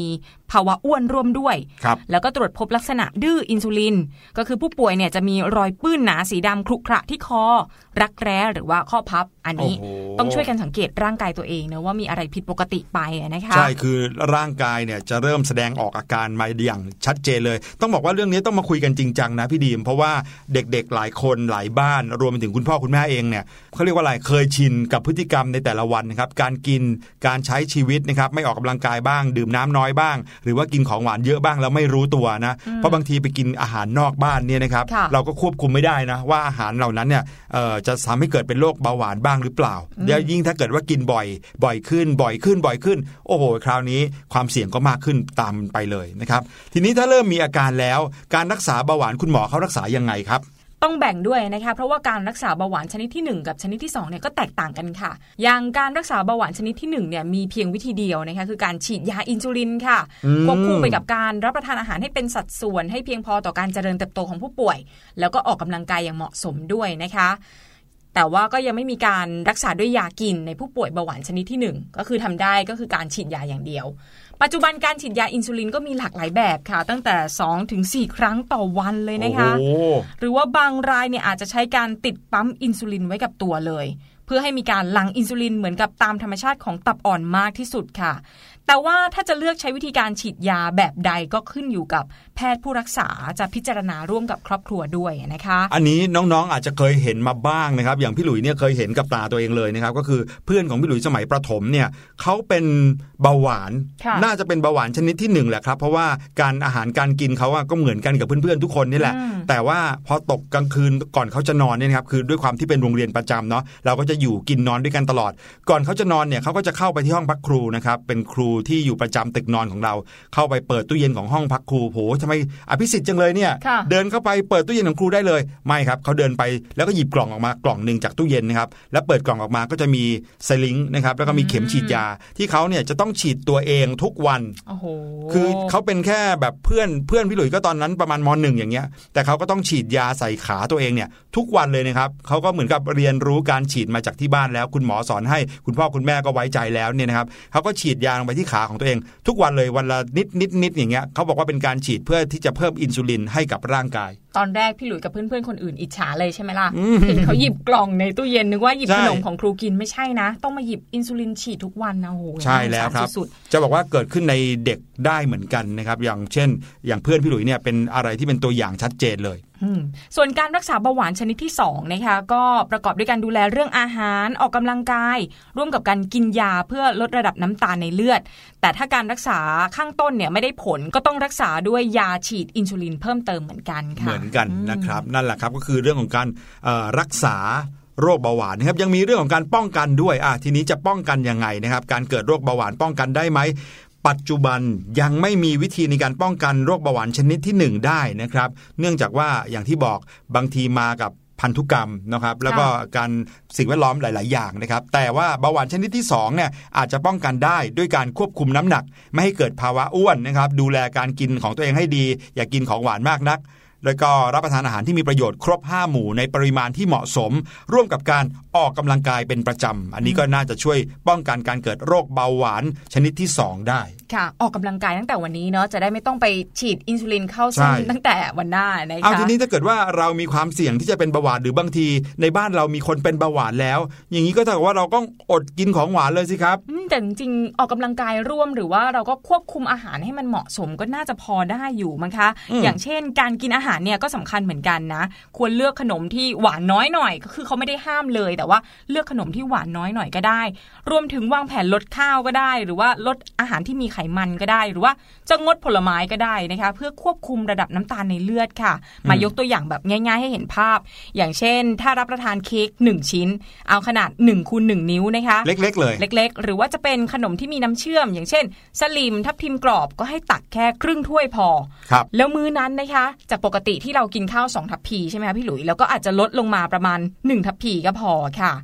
ภาวะอ้วนร่วมด้วยแล้วก็ตรวจพบลักษณะดื้ออินซูลินก็คือผู้ป่วยเนี่ยจะมีรอยปื้นหนาสีดำครุขระที่คอรักแร้หรือว่าข้อพับอันนี้ต้องช่วยกันสังเกตร่างกายตัวเองนะว่ามีอะไรผิดปกติไปนะคะใช่คือร่างกายเนี่ยจะเริ่มแสดงออกอาการมาอย่างชัดเจนเลยต้องบอกว่าเรื่องนี้ต้องมาคุยกันจริงจังนะพี่ดีมเพราะว่าเด็กๆหลายคนหลายบ้านรวมไปถึงคุณพ่อคุณแม่เองเนี่ยเขาเรียกว่าอะไรเคยชินกับพฤติกรรมในแต่ละวันนะครับการกินการใช้ชีวิตนะครับไม่ออกกำลังกายบ้างดื่มน้ำน้อยบ้างหรือว่ากินของหวานเยอะบ้างแล้วไม่รู้ตัวนะเพราะบางทีไปกินอาหารนอกบ้านเนี่ยนะครับเราก็ควบคุมไม่ได้นะว่าอาหารเหล่านั้นเนี่ยจะทำให้เกิดเป็นโรคเบาหวานบ้างหรือเปล่าแล้วยิ่งถ้าเกิดว่ากินบ่อยบ่อยขึ้นบ่อยขึ้นบ่อยขึ้นโอ้โหคราวนี้ความเสี่ยงก็มากขึ้นตามไปเลยนะครับทีนี้ถ้าเริ่มมีอาการแล้วการรักษาเบาหวานคุณหมอเขารักษายังไงครับต้องแบ่งด้วยนะคะเพราะว่าการรักษาเบาหวานชนิดที่หนึ่งกับชนิดที่สองเนี่ยก็แตกต่างกันค่ะอย่างการรักษาเบาหวานชนิดที่หนึ่งเนี่ยมีเพียงวิธีเดียวนะคะคือการฉีดยาอินซูลินค่ะควบคู่ไปกับการรับประทานอาหารให้เป็นสัดส่วนให้เพียงพอต่อการเจริญเติบโตของผู้ป่วยแล้วก็ออกกำลังกายอย่างเหมาะสมด้วยนะคะแต่ว่าก็ยังไม่มีการรักษาด้วยยากินในผู้ป่วยเบาหวานชนิดที่หนึ่งก็คือทำได้ก็คือการฉีดยาอย่างเดียวปัจจุบันการฉีดยาอินซูลินก็มีหลากหลายแบบค่ะตั้งแต่ สองถึงสี่ ครั้งต่อวันเลยนะคะหรือว่าบางรายเนี่ยอาจจะใช้การติดปั๊มอินซูลินไว้กับตัวเลยเพื่อให้มีการหลั่งอินซูลินเหมือนกับตามธรรมชาติของตับอ่อนมากที่สุดค่ะแต่ว่าถ้าจะเลือกใช้วิธีการฉีดยาแบบใดก็ขึ้นอยู่กับแพทย์ผู้รักษาจะพิจารณาร่วมกับครอบครัวด้วยนะคะอันนี้น้องๆอาจจะเคยเห็นมาบ้างนะครับอย่างพี่หลุยเนี่ยเคยเห็นกับตาตัวเองเลยนะครับก็คือเพื่อนของพี่หลุยสมัยประถมเนี่ยเขาเป็นเบาหวานน่าจะเป็นเบาหวานชนิดที่หนึ่งแหละครับเพราะว่าการอาหารการกินเขาก็เหมือนกันกับเพื่อนๆทุกคนนี่แหละแต่ว่าพอตกกลางคืนก่อนเขาจะนอนเนี่ยครับคือด้วยความที่เป็นโรงเรียนประจำเนาะเราก็จะอยู่กินนอนด้วยกันตลอดก่อนเขาจะนอนเนี่ยเขาก็จะเข้าไปที่ห้องพักครูนะครับเป็นครูที่อยู่ประจำตึกนอนของเราเข้าไปเปิดตู้เย็นของห้องพักครูโหทำไมอภิสิทธิ์จังเลยเนี่ยเดินเข้าไปเปิดตู้เย็นของครูได้เลยไม่ครับเขาเดินไปแล้วก็หยิบกล่องออกมากล่องนึงจากตู้เย็นนะครับแล้วเปิดกล่องออกมาก็จะมีไซลิงค์นะครับแล้วก็มีเข็มฉีดยาที่เขาเนี่ยจะต้องฉีดตัวเองทุกวันคือเขาเป็นแค่แบบเพื่อนเพื่อนพี่หลุยก็ตอนนั้นประมาณม.หนึ่ง อย่างเงี้ยแต่เขาก็ต้องฉีดยาใส่ขาตัวเองเนี่ยทุกวันเลยนะครับเขาก็เหมือนกับเรียนรู้การฉีดมาจากที่บ้านแล้วคุณหมอสอนให้คุณพ่อคุณแม่ก็ไว้ใจแล้วเนี่ยนะครับเขาก็ฉีดยาลงไปที่ขาของตัวเองทุกวันเลยวันละนิดนิดนิดอย่างเงี้ยเขาบอกว่าเป็นการฉีดเพื่อที่จะเพิ่มอินซูลินให้กับร่างกายตอนแรกพี่หลุยกับเพื่อนๆคนอื่นอิจฉาเลยใช่ไหมล่ะเห็นเขาหยิบกล่องในตู้เย็นนึกว่าหยิบขนมของครูกินไม่ใช่นะต้องมาหยิบอินซูลินฉีดทุกวันนะโอ้โหใช่แล้วครับจะบอกว่าเกิดขึ้นในเด็กได้เหมือนกันนะครับอย่างเช่นอย่างเพื่อนพี่หลุยเนี่ยเป็นอะไรที่เป็นตัวอย่างชัดเจนเลยส่วนการรักษาเบาหวานชนิดที่สองนะคะก็ประกอบด้วยการดูแลเรื่องอาหารออกกำลังกายร่วมกับการกินยาเพื่อลดระดับน้ำตาลในเลือดแต่ถ้าการรักษาข้างต้นเนี่ยไม่ได้ผลก็ต้องรักษาด้วยยาฉีดอินซูลินเพิ่มเติมเหมือนกันค่ะเหมือนกันนะครับนั่นแหละครับก็คือเรื่องของการรักษาโรคเบาหวานนะครับยังมีเรื่องของการป้องกันด้วยอ่ะทีนี้จะป้องกันยังไงนะครับการเกิดโรคเบาหวานป้องกันได้ไหมปัจจุบันยังไม่มีวิธีในการป้องกันโรคเบาหวานชนิดที่หนึ่งได้นะครับเนื่องจากว่าอย่างที่บอกบางทีมากับพันธุกรรมนะครับแล้วก็การสิ่งแวดล้อมหลายๆอย่างนะครับแต่ว่าเบาหวานชนิดที่สองเนี่ยอาจจะป้องกันได้ด้วยการควบคุมน้ำหนักไม่ให้เกิดภาวะอ้วนนะครับดูแลการกินของตัวเองให้ดีอย่ากินของหวานมากนักแล้วก็รับประทานอาหารที่มีประโยชน์ครบห้าหมู่ในปริมาณที่เหมาะสมร่วมกับการออกกำลังกายเป็นประจำอันนี้ก็น่าจะช่วยป้องกันการเกิดโรคเบาหวานชนิดที่สองได้ค่ะออกกำลังกายตั้งแต่วันนี้เนาะจะได้ไม่ต้องไปฉีดอินซูลินเข้าเส้นตั้งแต่วันหน้านะคะเอาทีนี้ถ้าเกิดว่าเรามีความเสี่ยงที่จะเป็นเบาหวานหรือบางทีในบ้านเรามีคนเป็นเบาหวานแล้วอย่างนี้ก็เท่ากับว่าเราก็อดกินของหวานเลยสิครับแต่จริงๆออกกำลังกายร่วมหรือว่าเราก็ควบคุมอาหารให้มันเหมาะสมก็น่าจะพอได้อยู่มั้งคะ อ, อย่างเช่นการกินอาหารเนี่ยก็สำคัญเหมือนกันนะควรเลือกขนมที่หวานน้อยหน่อยก็คือเขาไม่ได้ห้ามเลยแต่ว่าเลือกขนมที่หวานน้อยหน่อยก็ได้รวมถึงวางแผนลดข้าวก็ได้หรือว่าลดอาหารที่มีไขมันก็ได้หรือว่าจะงดผลไม้ก็ได้นะคะเพื่อควบคุมระดับน้ำตาลในเลือดค่ะมายกตัวอย่างแบบง่ายๆให้เห็นภาพอย่างเช่นถ้ารับประทานเค้กหนึ่งชิ้นเอาขนาดหนึ่งคูณหนึ่งนิ้วนะคะเล็กๆเลยเล็กๆหรือว่าจะเป็นขนมที่มีน้ำเชื่อมอย่างเช่นสลิมทับทิมกรอบก็ให้ตักแค่ครึ่งถ้วยพอแล้วมื้อนั้นนะคะจากปกติที่เรากินข้าวสองทัพพีใช่ไหมคะพี่หลุยแล้วก็อาจจะลดลงมาประมาณหนึ่งทัพพีก็พอค่ะครับ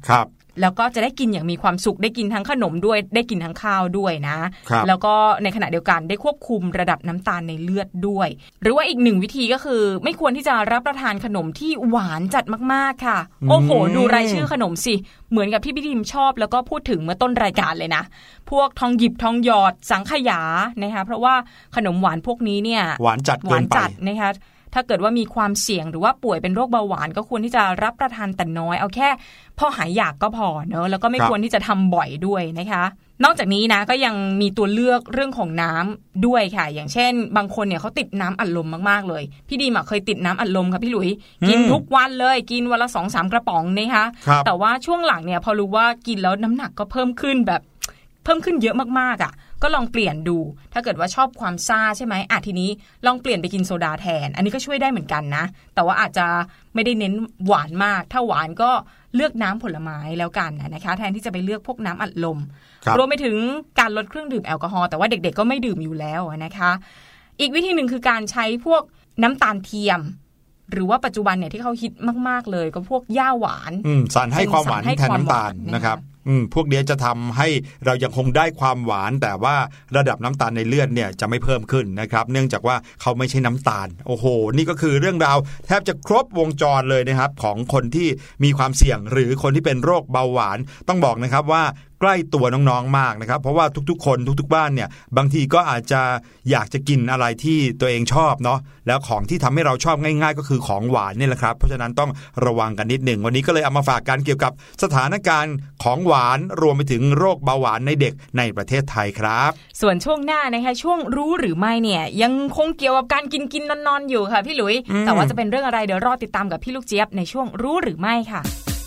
แล้วก็จะได้กินอย่างมีความสุขได้กินทั้งขนมด้วยได้กินทั้งข้าวด้วยนะแล้วก็ในขณะเดียวกันได้ควบคุมระดับน้ำตาลในเลือดด้วยหรือว่าอีกหนึ่งวิธีก็คือไม่ควรที่จะรับประทานขนมที่หวานจัดมากๆค่ะโอ้โหดูรายชื่อขนมสิเหมือนกับที่พี่ดิมชอบแล้วก็พูดถึงเมื่อต้นรายการเลยนะพวกทองหยิบทองหยอดสังขยานะคะเพราะว่าขนมหวานพวกนี้เนี่ยหวานจัดเกินไปนะคะถ้าเกิดว่ามีความเสี่ยงหรือว่าป่วยเป็นโรคเบาหวานก็ควรที่จะรับประทานแต่น้อยเอาแค่พอหายอยากก็พอเนอะแล้วก็ไม่ควรที่จะทำบ่อยด้วยนะคะนอกจากนี้นะก็ยังมีตัวเลือกเรื่องของน้ำด้วยค่ะอย่างเช่นบางคนเนี่ยเขาติดน้ำอัดลมมากๆเลยพี่ดีมเคยติดน้ำอัดลมค่ะพี่หลุยกินทุกวันเลยกินวันละ สองถึงสาม กระป๋องนะคะแต่ว่าช่วงหลังเนี่ยพอรู้ว่ากินแล้วน้ำหนักก็เพิ่มขึ้นแบบเพิ่มขึ้นเยอะมากๆอ่ะก็ลองเปลี่ยนดูถ้าเกิดว่าชอบความซ่าใช่ไหมอ่ะทีนี้ลองเปลี่ยนไปกินโซดาแทนอันนี้ก็ช่วยได้เหมือนกันนะแต่ว่าอาจจะไม่ได้เน้นหวานมากถ้าหวานก็เลือกน้ำผลไม้แล้วกันนะคะแทนที่จะไปเลือกพวกน้ำอัดลมรวมไปถึงการลดเครื่องดื่มแอลกอฮอล์แต่ว่าเด็กๆก็ไม่ดื่มอยู่แล้วนะคะอีกวิธีหนึ่งคือการใช้พวกน้ำตาลเทียมหรือว่าปัจจุบันเนี่ยที่เขาฮิตมากๆเลยก็พวกย่าหวานสารให้ความหวานแทนน้ำตาลนะครับพวกนี้จะทำให้เรายังคงได้ความหวานแต่ว่าระดับน้ำตาลในเลือดเนี่ยจะไม่เพิ่มขึ้นนะครับเนื่องจากว่าเขาไม่ใช่น้ำตาลโอ้โหนี่ก็คือเรื่องราวแทบจะครบวงจรเลยนะครับของคนที่มีความเสี่ยงหรือคนที่เป็นโรคเบาหวานต้องบอกนะครับว่าใกล้ตัวน้องๆมากนะครับเพราะว่าทุกๆคนทุกๆบ้านเนี่ยบางทีก็อาจจะอยากจะกินอะไรที่ตัวเองชอบเนาะแล้วของที่ทำให้เราชอบง่ายๆก็คือของหวานนี่แหละครับเพราะฉะนั้นต้องระวังกันนิดหนึ่งวันนี้ก็เลยเอามาฝากกันเกี่ยวกับสถานการณ์ของหวานรวมไปถึงโรคเบาหวานในเด็กในประเทศไทยครับส่วนช่วงหน้านะคะช่วงรู้หรือไม่เนี่ยยังคงเกี่ยวกับการกินกินนอนๆอยู่ค่ะพี่หลุยแต่ว่าจะเป็นเรื่องอะไรเดี๋ยวรอติดตามกับพี่ลูกเจี๊ยบในช่วงรู้หรือไม่ค่ะ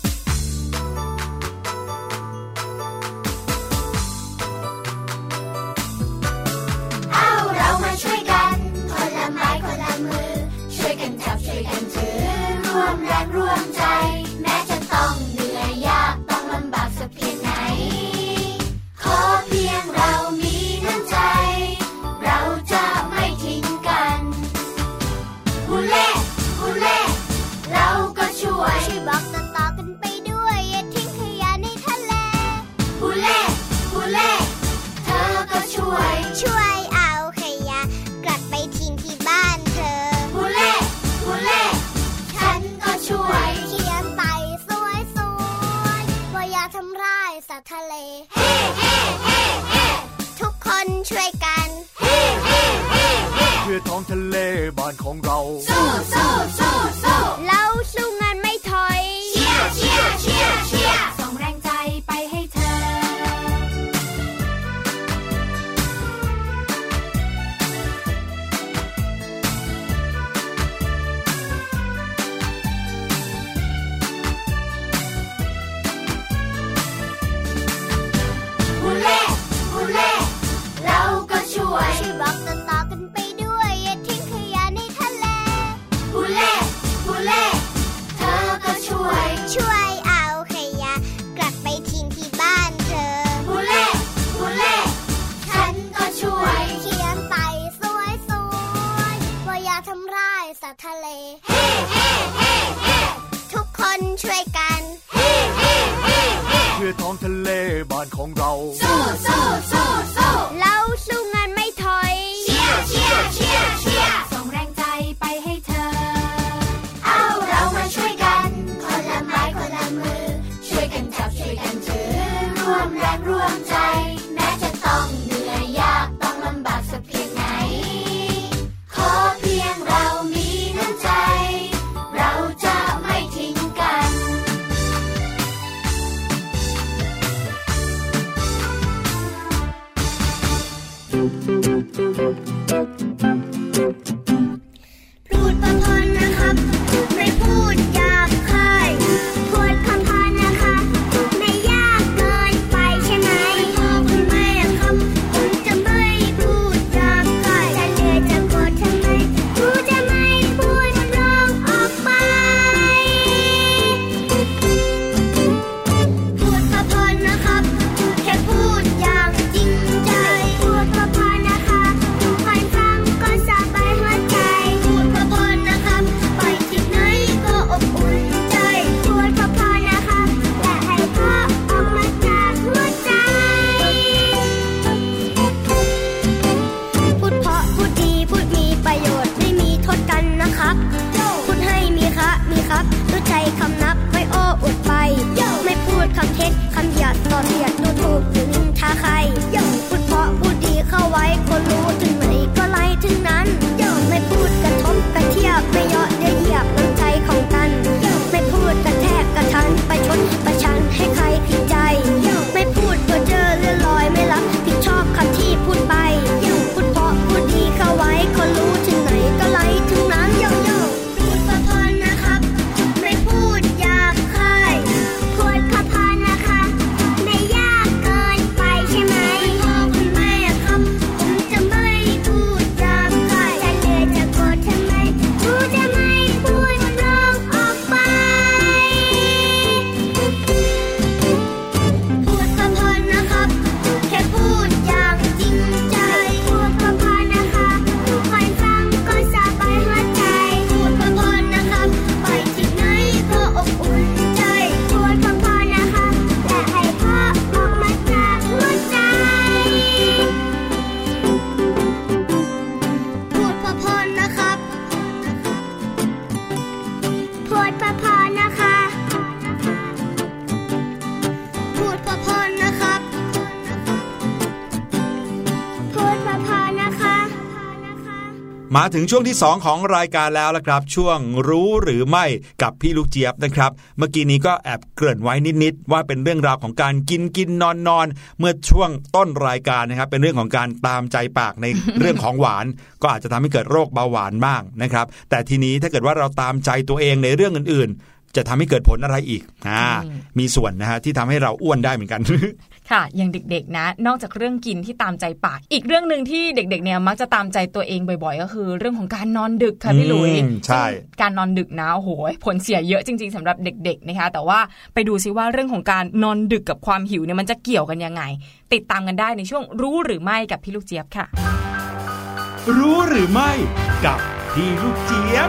ช่วยกันคนละไม้คนละมือช่วยกันจับช่วยกันถือร่วมแรงร่วมใจแม้จะต้องเหนื่อยยากต้องลำบากสักเพียงไหนขอเพียงเรามีน้ำใจเราจะไม่ทิ้งกันฮูเล่ฮูเล่เราก็ช่วยช่วยบอกต่อๆกันไปด้วยอย่าทิ้งขยะในทะเลฮูเล่ฮูเล่เธอก็ช่วยช่วยทะเลเฮ้เฮ้เฮ้เฮ้ทุกคนช่วยกันเฮ้เฮ้เฮ้เฮ้เพื่อท้องทะเลบ้านของเราสู้สู้สู้สู้เราสู้งานไม่ถอยเชียร์เชียร์เชียร์เชียร์ส่งแรงใจไปให้เธอช่วยบอกต่อๆกันไปด้วยอย่าทิ้งขยะในทะเลฮูเล่ฮูเล่เธอก็ช่วยช่วยเอาขยะกลับไปทิ้งที่บ้านเธอฮูเล่ฮูเล่ฉันก็ช่วยเขียนไปสวยๆว่าอย่าทำร้ายสัตว์ทะเลเฮ้เฮ้เฮ้เฮ้ทุกคนช่วยกันเฮ้เฮ้เฮ้เฮ้เพื่อท้องทะเลบ้านของเราสู้สู้สู้สู้เราสู้งานไม่ถอยเชียร์เชียร์เชียร์เชียร์ส่งแรงใจไปให้เธอเอาเรามาช่วยกันคนละไม้คนละมือช่วยกันจับช่วยกันถือร่วมแรงร่วมใจแม้จะต้องเหนื่อยยากต้องลำบากสักเพียงไหนขอเพียงเรามีน้ำใจเราจะไม่ทิ้งกันพูดพอๆนะครับไม่พูดหยาบคายพูดพอๆนะคะไม่ยากเกินไปใช่ไหมพ่อคุณแม่ครับผมจะไม่พูดหยาบคายจะเหนื่อยจะโกรธทำไมกูจะไม่พูดร้องออกไปพูดพอๆนะครับแค่พูดอย่างจริงใจพูดพอๆนะคะมาถึงช่วงที่สองของรายการแล้วละครับช่วงรู้หรือไม่กับพี่ลูกเจี๊ยบนะครับเมื่อกี้นี้ก็แอบเกริ่นไว้นิดๆว่าเป็นเรื่องราวของการกินกินนอนนอนเมื่อช่วงต้นรายการนะครับเป็นเรื่องของการตามใจปากใน เรื่องของหวานก็อาจจะทำให้เกิดโรคเบาหวานบ้างนะครับแต่ทีนี้ถ้าเกิดว่าเราตามใจตัวเองในเรื่องอื่นๆจะทำให้เกิดผลอะไรอีกอ่ามีส่วนนะฮะที่ทำให้เราอ้วนได้เหมือนกันค่ะอย่างเด็กๆนะนอกจากเรื่องกินที่ตามใจปากอีกเรื่องนึงที่เด็กๆเนี่ยมักจะตามใจตัวเองบ่อยๆก็คือเรื่องของการนอนดึกค่ะพี่หลุยใช่การนอนดึกนะโอ้โหผลเสียเยอะจริงๆสำหรับเด็กๆนะคะแต่ว่าไปดูซิว่าเรื่องของการนอนดึกกับความหิวเนี่ยมันจะเกี่ยวกันยังไงติดตามกันได้ในช่วงรู้หรือไม่กับพี่ลูกเจี๊ยบค่ะรู้หรือไม่กับพี่ลูกเจี๊ยบ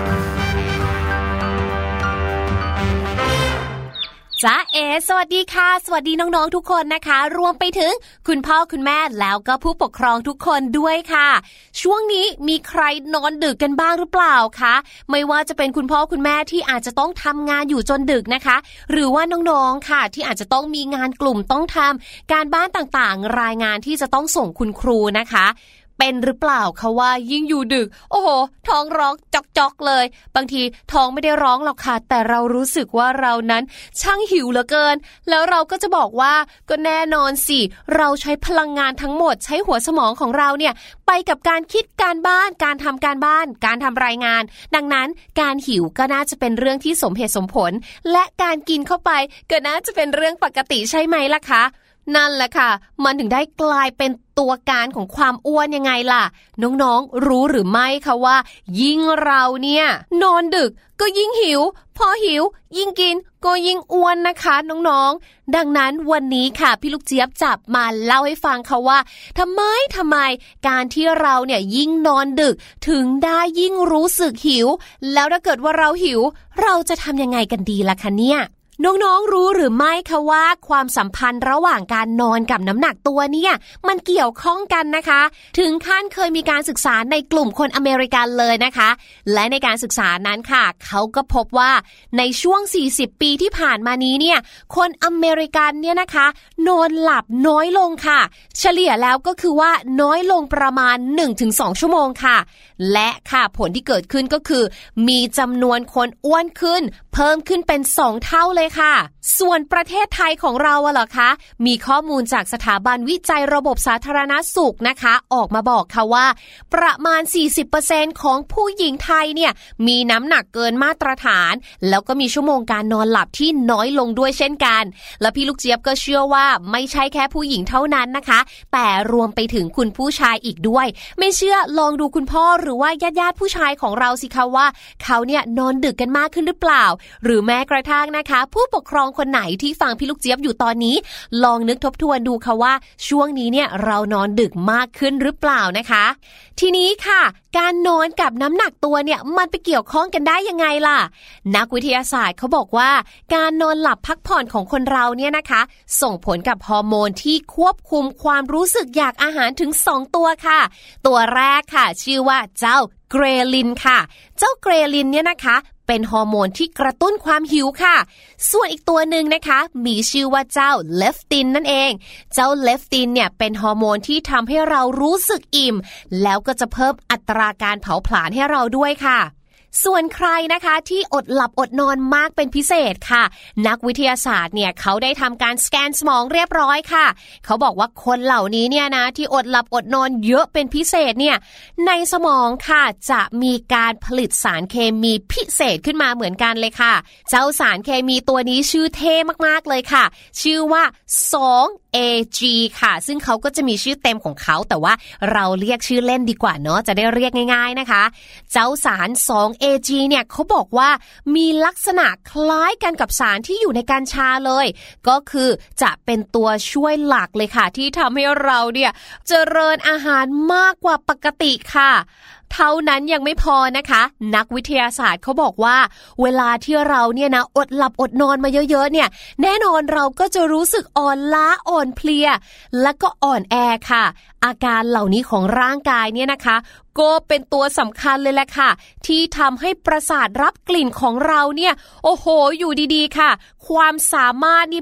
จ้าเอสวัสดีค่ะสวัสดีน้องๆทุกคนนะคะรวมไปถึงคุณพ่อคุณแม่แล้วก็ผู้ปกครองทุกคนด้วยค่ะช่วงนี้มีใครนอนดึกกันบ้างหรือเปล่าคะไม่ว่าจะเป็นคุณพ่อคุณแม่ที่อาจจะต้องทำงานอยู่จนดึกนะคะหรือว่าน้องๆค่ะที่อาจจะต้องมีงานกลุ่มต้องทำการบ้านต่างๆรายงานที่จะต้องส่งคุณครูนะคะเป็นหรือเปล่าคะว่ายิ่งอยู่ดึกโอ้โหท้องร้องจอกๆเลยบางทีท้องไม่ได้ร้องหรอกค่ะแต่เรารู้สึกว่าเรานั้นช่างหิวเหลือเกินแล้วเราก็จะบอกว่าก็แน่นอนสิเราใช้พลังงานทั้งหมดใช้หัวสมองของเราเนี่ยไปกับการคิดการบ้านการทำการบ้านการทำรายงานดังนั้นการหิวก็น่าจะเป็นเรื่องที่สมเหตุสมผลและการกินเข้าไปก็น่าจะเป็นเรื่องปกติใช่ไหมล่ะคะนั่นแหละค่ะมันถึงได้กลายเป็นตัวการของความอ้วนยังไงล่ะน้องๆรู้หรือไม่คะว่ายิ่งเราเนี่ยนอนดึกก็ยิ่งหิวพอหิวยิ่งกินก็ยิ่งอ้วนนะคะน้องๆดังนั้นวันนี้ค่ะพี่ลูกเจี๊ยบจับมาเล่าให้ฟังค่ะว่าทำไมทำไมการที่เราเนี่ยยิ่งนอนดึกถึงได้ยิ่งรู้สึกหิวแล้วถ้าเกิดว่าเราหิวเราจะทำยังไงกันดีล่ะคะเนี่ยน้องๆรู้หรือไม่คะว่าความสัมพันธ์ระหว่างการนอนกับน้ำหนักตัวเนี่ยมันเกี่ยวข้องกันนะคะถึงขั้นเคยมีการศึกษาในกลุ่มคนอเมริกันเลยนะคะและในการศึกษานั้นค่ะเขาก็พบว่าในช่วงสี่สิบปีที่ผ่านมานี้เนี่ยคนอเมริกันเนี่ยนะคะนอนหลับน้อยลงค่ะเฉลี่ยแล้วก็คือว่าน้อยลงประมาณ หนึ่งถึงสอง ชั่วโมงค่ะและค่ะผลที่เกิดขึ้นก็คือมีจำนวนคนอ้วนขึ้นเพิ่มขึ้นเป็นสองเท่าเลยค่ะส่วนประเทศไทยของเราอะเหรอคะมีข้อมูลจากสถาบันวิจัยระบบสาธารณสุขนะคะออกมาบอกค่ะว่าประมาณ สี่สิบเปอร์เซ็นต์ ของผู้หญิงไทยเนี่ยมีน้ำหนักเกินมาตรฐานแล้วก็มีชั่วโมงการนอนหลับที่น้อยลงด้วยเช่นกันและพี่ลูกเจี๊ยบก็เชื่อว่าไม่ใช่แค่ผู้หญิงเท่านั้นนะคะแต่รวมไปถึงคุณผู้ชายอีกด้วยไม่เชื่อลองดูคุณพ่อหรือว่าญาติๆผู้ชายของเราสิคะว่าเขาเนี่ยนอนดึกกันมากขึ้นหรือเปล่าหรือแม้กระทั่งนะคะผู้ปกครองคนไหนที่ฟังพี่ลูกเจี๊ยบอยู่ตอนนี้ลองนึกทบทวนดูค่ะว่าช่วงนี้เนี่ยเรานอนดึกมากขึ้นหรือเปล่านะคะทีนี้ค่ะการนอนกับน้ำหนักตัวเนี่ยมันไปเกี่ยวข้องกันได้ยังไงล่ะนักวิทยาศาสตร์เขาบอกว่าการนอนหลับพักผ่อนของคนเราเนี่ยนะคะส่งผลกับฮอร์โมนที่ควบคุมความรู้สึกอยากอาหารถึงสองตัวค่ะตัวแรกค่ะชื่อว่าเจ้าเกรลินค่ะเจ้าเกรลินเนี่ยนะคะเป็นฮอร์โมนที่กระตุ้นความหิวค่ะส่วนอีกตัวหนึ่งนะคะมีชื่อว่าเจ้าเลฟตินนั่นเองเจ้าเลฟตินเนี่ยเป็นฮอร์โมนที่ทำให้เรารู้สึกอิ่มแล้วก็จะเพิ่มอัตราการเผาผลาญให้เราด้วยค่ะส่วนใครนะคะที่อดหลับอดนอนมากเป็นพิเศษค่ะนักวิทยาศาสตร์เนี่ยเขาได้ทำการสแกนสมองเรียบร้อยค่ะเขาบอกว่าคนเหล่านี้เนี่ยนะที่อดหลับอดนอนเยอะเป็นพิเศษเนี่ยในสมองค่ะจะมีการผลิตสารเคมีพิเศษขึ้นมาเหมือนกันเลยค่ะเจ้าสารเคมีตัวนี้ชื่อเท่มากๆเลยค่ะชื่อว่า สอง เอ จี ค่ะซึ่งเขาก็จะมีชื่อเต็มของเขาแต่ว่าเราเรียกชื่อเล่นดีกว่าเนาะจะได้เรียกง่ายๆนะคะเจ้าสาร สอง เอ จี เนี่ยเขาบอกว่ามีลักษณะคล้ายกันกับสารที่อยู่ในกัญชาเลยก็คือจะเป็นตัวช่วยหลักเลยค่ะที่ทำให้เราเนี่ยเจริญอาหารมากกว่าปกติค่ะเท่านั้นยังไม่พอนะคะนักวิทยาศาสตร์เขาบอกว่าเวลาที่เราเนี่ยนะอดหลับอดนอนมาเยอะๆเนี่ยแน่นอนเราก็จะรู้สึกอ่อนล้าอ่อนเพลียและก็อ่อนแอค่ะอาการเหล่านี้ของร่างกายเนี่ยนะคะก็เป็นตัวสำคัญเลยแหละค่ะที่ทำให้ประสาทรับกลิ่นของเราเนี่ยโอ้โหอยู่ดีๆค่ะความสามารถนี่พุ่ง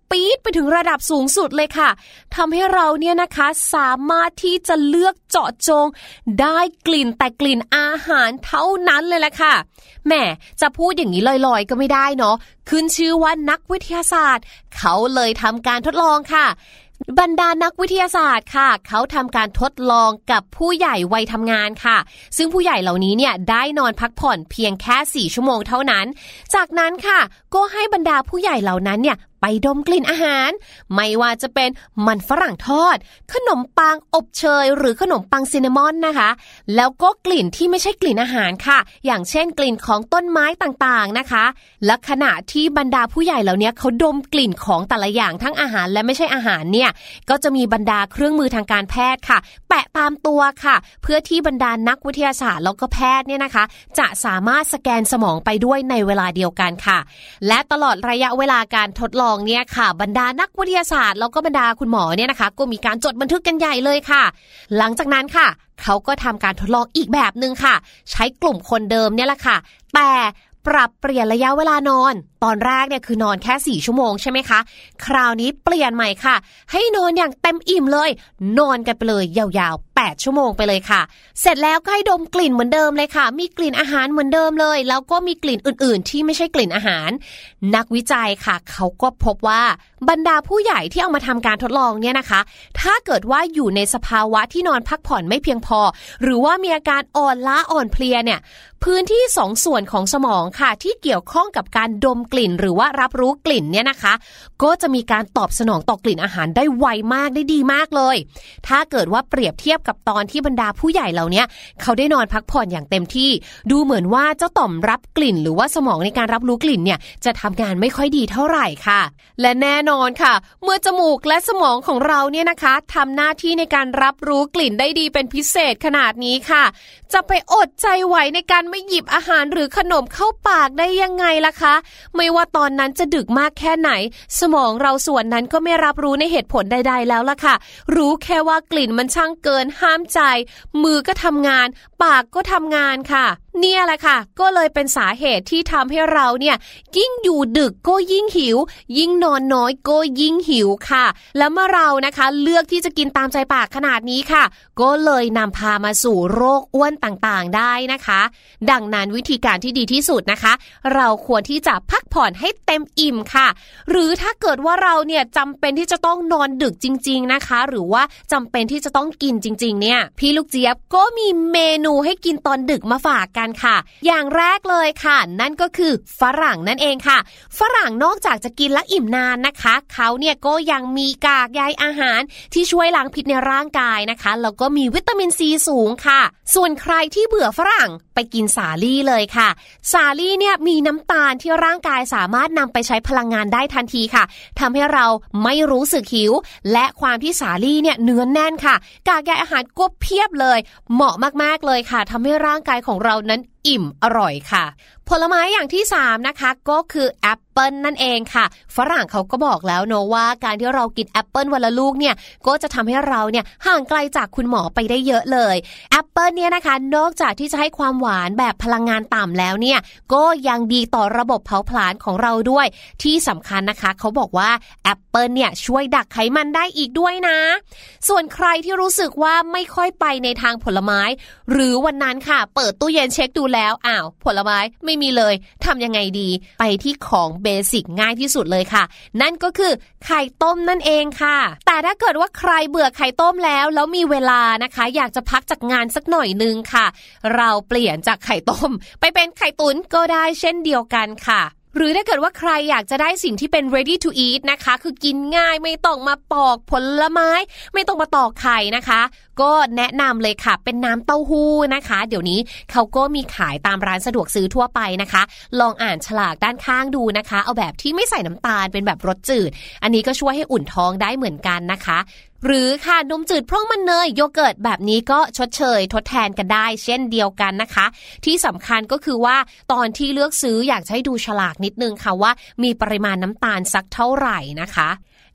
ปี๊ดไปถึงระดับสูงสุดเลยค่ะทำให้เราเนี่ยนะคะสามารถที่จะเลือกเจาะจงได้กลิ่นแต่กลิ่นอาหารเท่านั้นเลยแหละค่ะแหมจะพูดอย่างนี้ลอยๆก็ไม่ได้เนาะขึ้นชื่อว่านักวิทยาศาสตร์เขาเลยทำการทดลองค่ะบรรดานักวิทยาศาสตร์ค่ะเขาทำการทดลองกับผู้ใหญ่วัยทำงานค่ะซึ่งผู้ใหญ่เหล่านี้เนี่ยได้นอนพักผ่อนเพียงแค่สี่ชั่วโมงเท่านั้นจากนั้นค่ะก็ให้บรรดาผู้ใหญ่เหล่านั้นเนี่ยไปดมกลิ่นอาหารไม่ว่าจะเป็นมันฝรั่งทอดขนมปังอบเชยหรือขนมปังซินนามอนนะคะแล้วก็กลิ่นที่ไม่ใช่กลิ่นอาหารค่ะอย่างเช่นกลิ่นของต้นไม้ต่างๆนะคะและขณะที่บรรดาผู้ใหญ่เหล่านี้เขาดมกลิ่นของแต่ละอย่างทั้งอาหารและไม่ใช่อาหารเนี่ยก็จะมีบรรดาเครื่องมือทางการแพทย์ค่ะแปะตามตัวค่ะเพื่อที่บรรดานักวิทยาศาสตร์แล้วก็แพทย์เนี่ยนะคะจะสามารถสแกนสมองไปด้วยในเวลาเดียวกันค่ะและตลอดระยะเวลาการทดลองเนี่ยค่ะบรรดานักวิทยาศาสตร์แล้วก็บรรดาคุณหมอเนี่ยนะคะก็มีการจดบันทึกกันใหญ่เลยค่ะหลังจากนั้นค่ะเขาก็ทำการทดลองอีกแบบนึงค่ะใช้กลุ่มคนเดิมเนี่ยแหละค่ะแต่ปรับเปลี่ยนระยะเวลานอนตอนแรกเนี่ยคือนอนแค่สี่ชั่วโมงใช่ไหมคะคราวนี้เปลี่ยนใหม่ค่ะให้นอนอย่างเต็มอิ่มเลยนอนกันไปเลยยาวๆแปดชั่วโมงไปเลยค่ะเสร็จแล้วก็ให้ดมกลิ่นเหมือนเดิมเลยค่ะมีกลิ่นอาหารเหมือนเดิมเลยแล้วก็มีกลิ่นอื่นๆที่ไม่ใช่กลิ่นอาหารนักวิจัยค่ะเขาก็พบว่าบรรดาผู้ใหญ่ที่เอามาทำการทดลองเนี่ยนะคะถ้าเกิดว่าอยู่ในสภาวะที่นอนพักผ่อนไม่เพียงพอหรือว่ามีอาการอ่อนล้าอ่อนเพลียเนี่ยพื้นที่สองส่วนของสมองค่ะที่เกี่ยวข้องกับการดมกลิ่นหรือว่ารับรู้กลิ่นเนี่ยนะคะก็จะมีการตอบสนองต่อกลิ่นอาหารได้ไวมากได้ดีมากเลยถ้าเกิดว่าเปรียบเทียบกับตอนที่บรรดาผู้ใหญ่เหล่านี้เขาได้นอนพักผ่อนอย่างเต็มที่ดูเหมือนว่าเจ้าต่อมรับกลิ่นหรือว่าสมองในการรับรู้กลิ่นเนี่ยจะทำงานไม่ค่อยดีเท่าไหร่ค่ะและแน่นอนค่ะเมื่อจมูกและสมองของเราเนี่ยนะคะทำหน้าที่ในการรับรู้กลิ่นได้ดีเป็นพิเศษขนาดนี้ค่ะจะไปอดใจไหวในการไม่หยิบอาหารหรือขนมเข้าปากได้ยังไงล่ะคะไม่ว่าตอนนั้นจะดึกมากแค่ไหนสมองเราส่วนนั้นก็ไม่รับรู้ในเหตุผลใดๆแล้วล่ะค่ะรู้แค่ว่ากลิ่นมันช่างเกินห้ามใจมือก็ทำงานปากก็ทำงานค่ะเนี่ยแหละค่ะก็เลยเป็นสาเหตุที่ทำให้เราเนี่ยยิ่งอยู่ดึกก็ยิ่งหิวยิ่งนอนน้อยก็ยิ่งหิวค่ะแล้วเมื่อเรานะคะเลือกที่จะกินตามใจปากขนาดนี้ค่ะก็เลยนำพามาสู่โรคอ้วนต่างๆได้นะคะดังนั้นวิธีการที่ดีที่สุดนะคะเราควรที่จะพักผ่อนให้เต็มอิ่มค่ะหรือถ้าเกิดว่าเราเนี่ยจำเป็นที่จะต้องนอนดึกจริงๆนะคะหรือว่าจำเป็นที่จะต้องกินจริงๆเนี่ยพี่ลูกเจี๊ยบก็มีเมนูให้กินตอนดึกมาฝากกันค่ะอย่างแรกเลยค่ะนั่นก็คือฝรั่งนั่นเองค่ะฝรั่งนอกจากจะกินและอิ่มนานนะคะเขาเนี่ยก็ยังมีกากใยอาหารที่ช่วยล้างพิษในร่างกายนะคะแล้วก็มีวิตามินซีสูงค่ะส่วนใครที่เบื่อฝรั่งไปกินสาลี่เลยค่ะสาลี่เนี่ยมีน้ำตาลที่ร่างกายสามารถนำไปใช้พลังงานได้ทันทีค่ะทำให้เราไม่รู้สึกหิวและความที่สาลี่เนี่ยเนื้อแน่นค่ะกากใยอาหารก็เพียบเลยเหมาะมากๆเลยค่ะทำให้ร่างกายของเรานั้นอิ่มอร่อยค่ะผลไม้อย่างที่สามนะคะก็คือแอปเปิลนั่นเองค่ะฝรั่งเขาก็บอกแล้วเนอะว่าการที่เรากินแอปเปิลวันละลูกเนี่ยก็จะทำให้เราเนี่ยห่างไกลจากคุณหมอไปได้เยอะเลยแอปเปิลเนี่ยนะคะนอกจากที่จะให้ความหวานแบบพลังงานต่ำแล้วเนี่ยก็ยังดีต่อระบบเผาผลาญของเราด้วยที่สำคัญนะคะเขาบอกว่าแอปเปิลเนี่ยช่วยดักไขมันได้อีกด้วยนะส่วนใครที่รู้สึกว่าไม่ค่อยไปในทางผลไม้หรือวันนั้นค่ะเปิดตู้เย็นเช็คดูแล้วอ้าวผลไม้ไม่มีเลยทำยังไงดีไปที่ของเบสิกง่ายที่สุดเลยค่ะนั่นก็คือไข่ต้มนั่นเองค่ะแต่ถ้าเกิดว่าใครเบื่อไข่ต้มแล้วแล้วมีเวลานะคะอยากจะพักจากงานสักหน่อยนึงค่ะเราเปลี่ยนจากไข่ต้มไปเป็นไข่ตุ๋นก็ได้เช่นเดียวกันค่ะหรือถ้าเกิดว่าใครอยากจะได้สิ่งที่เป็น ready to eat นะคะคือกินง่ายไม่ต้องมาปอกผลไม้ไม่ต้องมาตอกไข่นะคะก็แนะนำเลยค่ะเป็นน้ำเต้าหู้นะคะเดี๋ยวนี้เขาก็มีขายตามร้านสะดวกซื้อทั่วไปนะคะลองอ่านฉลากด้านข้างดูนะคะเอาแบบที่ไม่ใส่น้ำตาลเป็นแบบรสจืดอันนี้ก็ช่วยให้อุ่นท้องได้เหมือนกันนะคะหรือค่ะนมจืดพร่องมันเนยโยเกิร์ตแบบนี้ก็ชดเชยทดแทนกันได้เช่นเดียวกันนะคะที่สำคัญก็คือว่าตอนที่เลือกซื้ออยากให้ดูฉลากนิดนึงค่ะว่ามีปริมาณน้ำตาลสักเท่าไหร่นะคะ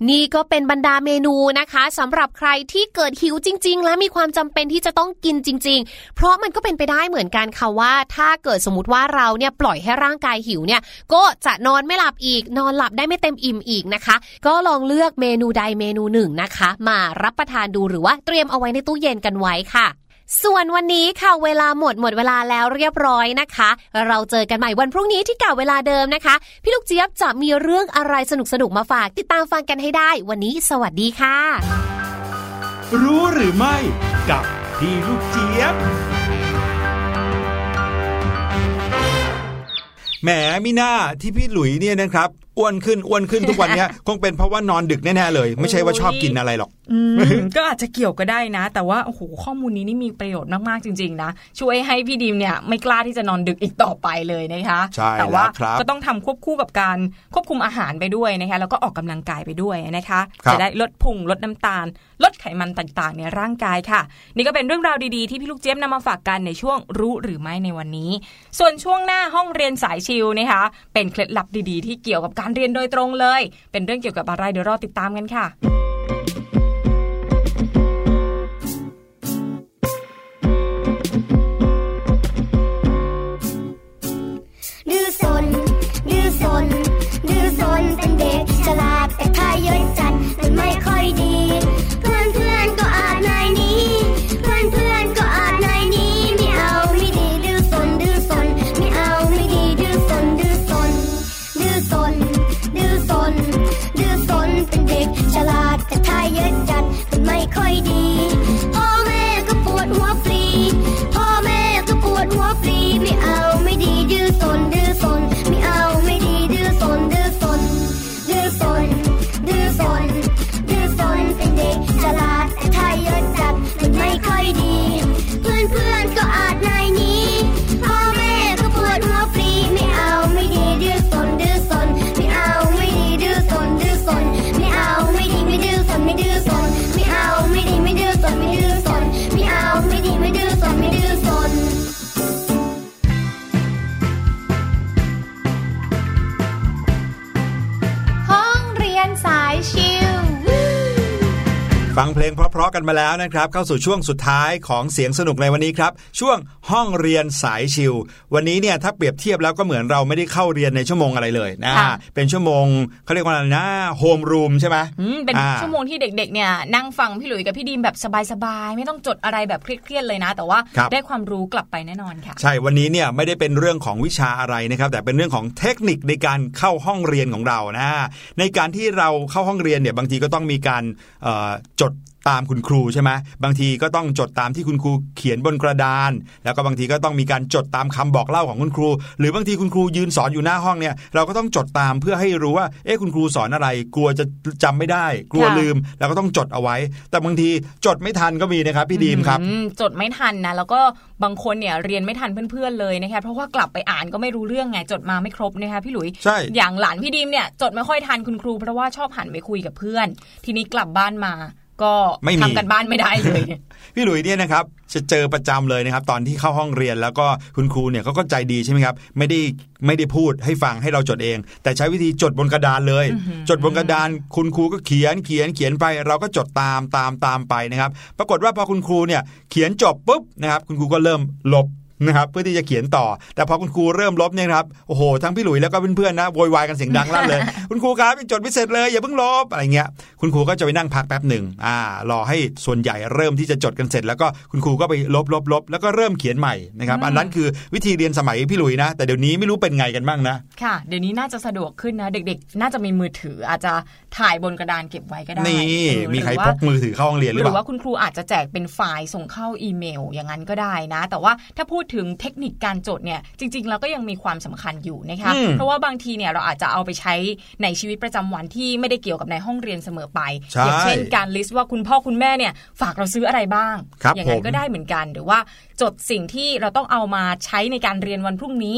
นี่ก็เป็นบรรดาเมนูนะคะสำหรับใครที่เกิดหิวจริงๆและมีความจำเป็นที่จะต้องกินจริงๆเพราะมันก็เป็นไปได้เหมือนกันค่ะว่าถ้าเกิดสมมติว่าเราเนี่ยปล่อยให้ร่างกายหิวเนี่ยก็จะนอนไม่หลับอีกนอนหลับได้ไม่เต็มอิ่มอีกนะคะก็ลองเลือกเมนูใดเมนูหนึ่งนะคะมารับประทานดูหรือว่าเตรียมเอาไว้ในตู้เย็นกันไว้ค่ะส่วนวันนี้ค่ะเวลาหมดหมดเวลาแล้วเรียบร้อยนะคะเราเจอกันใหม่วันพรุ่งนี้ที่เก่าเวลาเดิมนะคะพี่ลูกเจี๊ยบจะมีเรื่องอะไรสนุกๆมาฝากติดตามฟังกันให้ได้วันนี้สวัสดีค่ะรู้หรือไม่กับพี่ลูกเจี๊ยบแหมมิน่าที่พี่หลุยเนี่ยนะครับอ้วนขึ้นอ้วนขึ้นทุกวันนี้ คงเป็นเพราะว่านอนดึกแน่ๆเลยไม่ใช่ว่าชอบกินอะไรหรอกก็อาจจะเกี่ยวก็ได้นะแต่ว่าโอ้โหข้อมูลนี้นี่มีประโยชน์มากๆจริงๆนะช่วยให้พี่ดิมเนี่ยไม่กล้าที่จะนอนดึกอีกต่อไปเลยนะคะแต่ว่าก็ต้องทำควบคู่กับการควบคุมอาหารไปด้วยนะคะแล้วก็ออกกำลังกายไปด้วยนะคะจะได้ลดพุงลดน้ำตาลลดไขมันต่างๆในร่างกายค่ะนี่ก็เป็นเรื่องราวดีๆที่พี่ลูกเจี๊ยบนำมาฝากกันในช่วงรู้หรือไม่ในวันนี้ส่วนช่วงหน้าห้องเรียนสายชิลนะคะเป็นเคล็ดลับดีๆที่เกี่ยวกับการเรียนโดยตรงเลยเป็นเรื่องเกี่ยวกับอะไรเดี๋ยวรอติดตามกันค่ะดื้อซนดื้อซนดื้อซนเป็นเด็กฉลาดแต่ถ้าเยอะจัดมันไม่ค่อยดีเพื่อนเพื่อนก็อาจนายนี้เพื่อนเพื่อนก็อาจนายนี้ไม่เอาไม่ดีดื้อซนดื้อซนไม่เอาไม่ดีดื้อซนดื้อซนดื้อซนดื้อซนดื้อซนเป็นเด็กฉลาดแต่ถ้าเยอะจัดมันไม่ค่อยดีพ่อแม่ก็ปวดหัวฟรีพ่อแม่ก็ปวดหัวฟรีไม่เอาไม่ดีดื้อซนดื้อซนไม่เอาไม่ดีดื้อซนดื้อซนดื้อซนดื้อซนดื้อซนเป็นเด็กฉลาดแต่ถ้าเยอะจัดมันไม่ค่อยดีเพื่อนเพื่อนก็อาจนายนี้พ่อแม่ก็ปวดหัวฟรีไม่เอาไม่ดีดื้อซนดื้อซนไม่เอาไม่ดีดื้อซนดื้อซนไม่เอาไม่ดีไม่ดื้อซนไม่ดื้อซนไม่เอาไม่ดีไม่ดื้อซนไม่ดื้อซนไม่เอาไม่ดีไม่ดื้อซนไม่ดื้อซนห้องเรียนสายชิลฟังเพลงเพราะๆกันมาแล้วนะครับเข้าสู่ช่วงสุดท้ายของเสียงสนุกในวันนี้ครับช่วงห้องเรียนสายชิลวันนี้เนี่ยถ้าเปรียบเทียบแล้วก็เหมือนเราไม่ได้เข้าเรียนในชั่วโมงอะไรเลยนะเป็นชั่วโมงเขาเรียกว่าอะไรนะโฮมรูมใช่ไหมเป็นชั่วโมงที่เด็กๆเนี่ยนั่งฟังพี่หลุยกับพี่ดีมแบบสบายๆไม่ต้องจดอะไรแบบเครียดๆเลยนะแต่ว่าได้ความรู้กลับไปแน่นอนค่ะใช่วันนี้เนี่ยไม่ได้เป็นเรื่องของวิชาอะไรนะครับแต่เป็นเรื่องของเทคนิคในการเข้าห้องเรียนของเรานะในการที่เราเข้าห้องเรียนเนี่ยบางทีก็ต้องมีการจดตามคุณครูใช่ไหมบางทีก็ต้องจดตามที่คุณครูเขียนบนกระดานแล้วก็บางทีก็ต้องมีการจดตามคำบอกเล่าของคุณครูหรือบางทีคุณครูยืนสอนอยู่หน้าห้องเนี่ยเราก็ต้องจดตามเพื่อให้รู้ว่าเอ๊ะคุณครูสอนอะไรกลัวจะจำไม่ได้กลัวลืมแล้วก็ต้องจดเอาไว้แต่บางทีจดไม่ทันก็มีนะครับพี่ดีมครับจดไม่ทันนะแล้วก็บางคนเนี่ยเรียนไม่ทันเพื่อนๆเลยนะคะเพราะว่ากลับไปอ่านก็ไม่รู้เรื่องไงจดมาไม่ครบนะคะพี่หลุยอย่างหลานพี่ดีมเนี่ยจดไม่ค่อยทันคุณครูเพราะว่าชอบหันไปคุยกับเพื่อนทีนี้กลับบ้านมาก็ทำกันบ้านไม่ได้เลยพี่หลุยเนี่ยนะครับจะเจอประจำเลยนะครับตอนที่เข้าห้องเรียนแล้วก็คุณครูเนี่ยเขาก็ใจดีใช่ไหมครับไม่ได้ไม่ได้พูดให้ฟังให้เราจดเองแต่ใช้วิธีจดบนกระดานเลยจดบนกระดานคุณครูก็เขียนเขียนเขียนไปเราก็จดตามตามตามไปนะครับปรากฏว่าพอคุณครูเนี่ยเขียนจบปุ๊บนะครับคุณครูก็เริ่มลบนะครับเพื่อที่จะเขียนต่อแต่พอคุณครูเริ่มลบเนี่ยครับโอ้โหทั้งพี่หลุยแล้วก็เพื่อนๆนะโวยวายกันเสียงดังลั่นเลย คุณครูครับยังจดไม่เสร็จเลยอย่าเพิ่งลบอะไรเงี้ยคุณครูก็จะไปนั่งพักแป๊บหนึ่งอ่ารอให้ส่วนใหญ่เริ่มที่จะจดกันเสร็จแล้วก็คุณครูก็ไปลบลบลบแล้วก็เริ่มเขียนใหม่นะครับอันนั้นคือวิธีเรียนสมัยพี่หลุยนะแต่เดี๋ยวนี้ไม่รู้เป็นไงกันบ้างนะค่ะเดี๋ยวนี้น่าจะสะดวกขึ้นนะเด็กๆน่าจะมีมือถืออาจจะถ่ายบนกระดานเก็บไว้ก็ได้นี่มีใครพกมือถือเข้าห้องเรียนหรือเปล่าหรือว่าคุณครูอาจจะแจกเป็นไฟล์ส่งเข้าอีเมลอย่างนั้นก็ได้นะแต่ว่าถ้าพูดถึงเทคนิคการจดเนี่ยจริงๆแล้วก็ยังมีความสำคัญอยู่นะคะเพราะว่าบางทีเนี่ยเราอาจจะเอาไปใช้ในชีวิตประจำวันที่ไม่ได้เกี่ยวกับในห้องเรียนเสมอไปอย่างเช่นการลิสต์ว่าคุณพ่อคุณแม่เนี่ยฝากเราซื้ออะไรบ้างอย่างนั้นก็ได้เหมือนกันหรือว่าจดสิ่งที่เราต้องเอามาใช้ในการเรียนวันพรุ่งนี้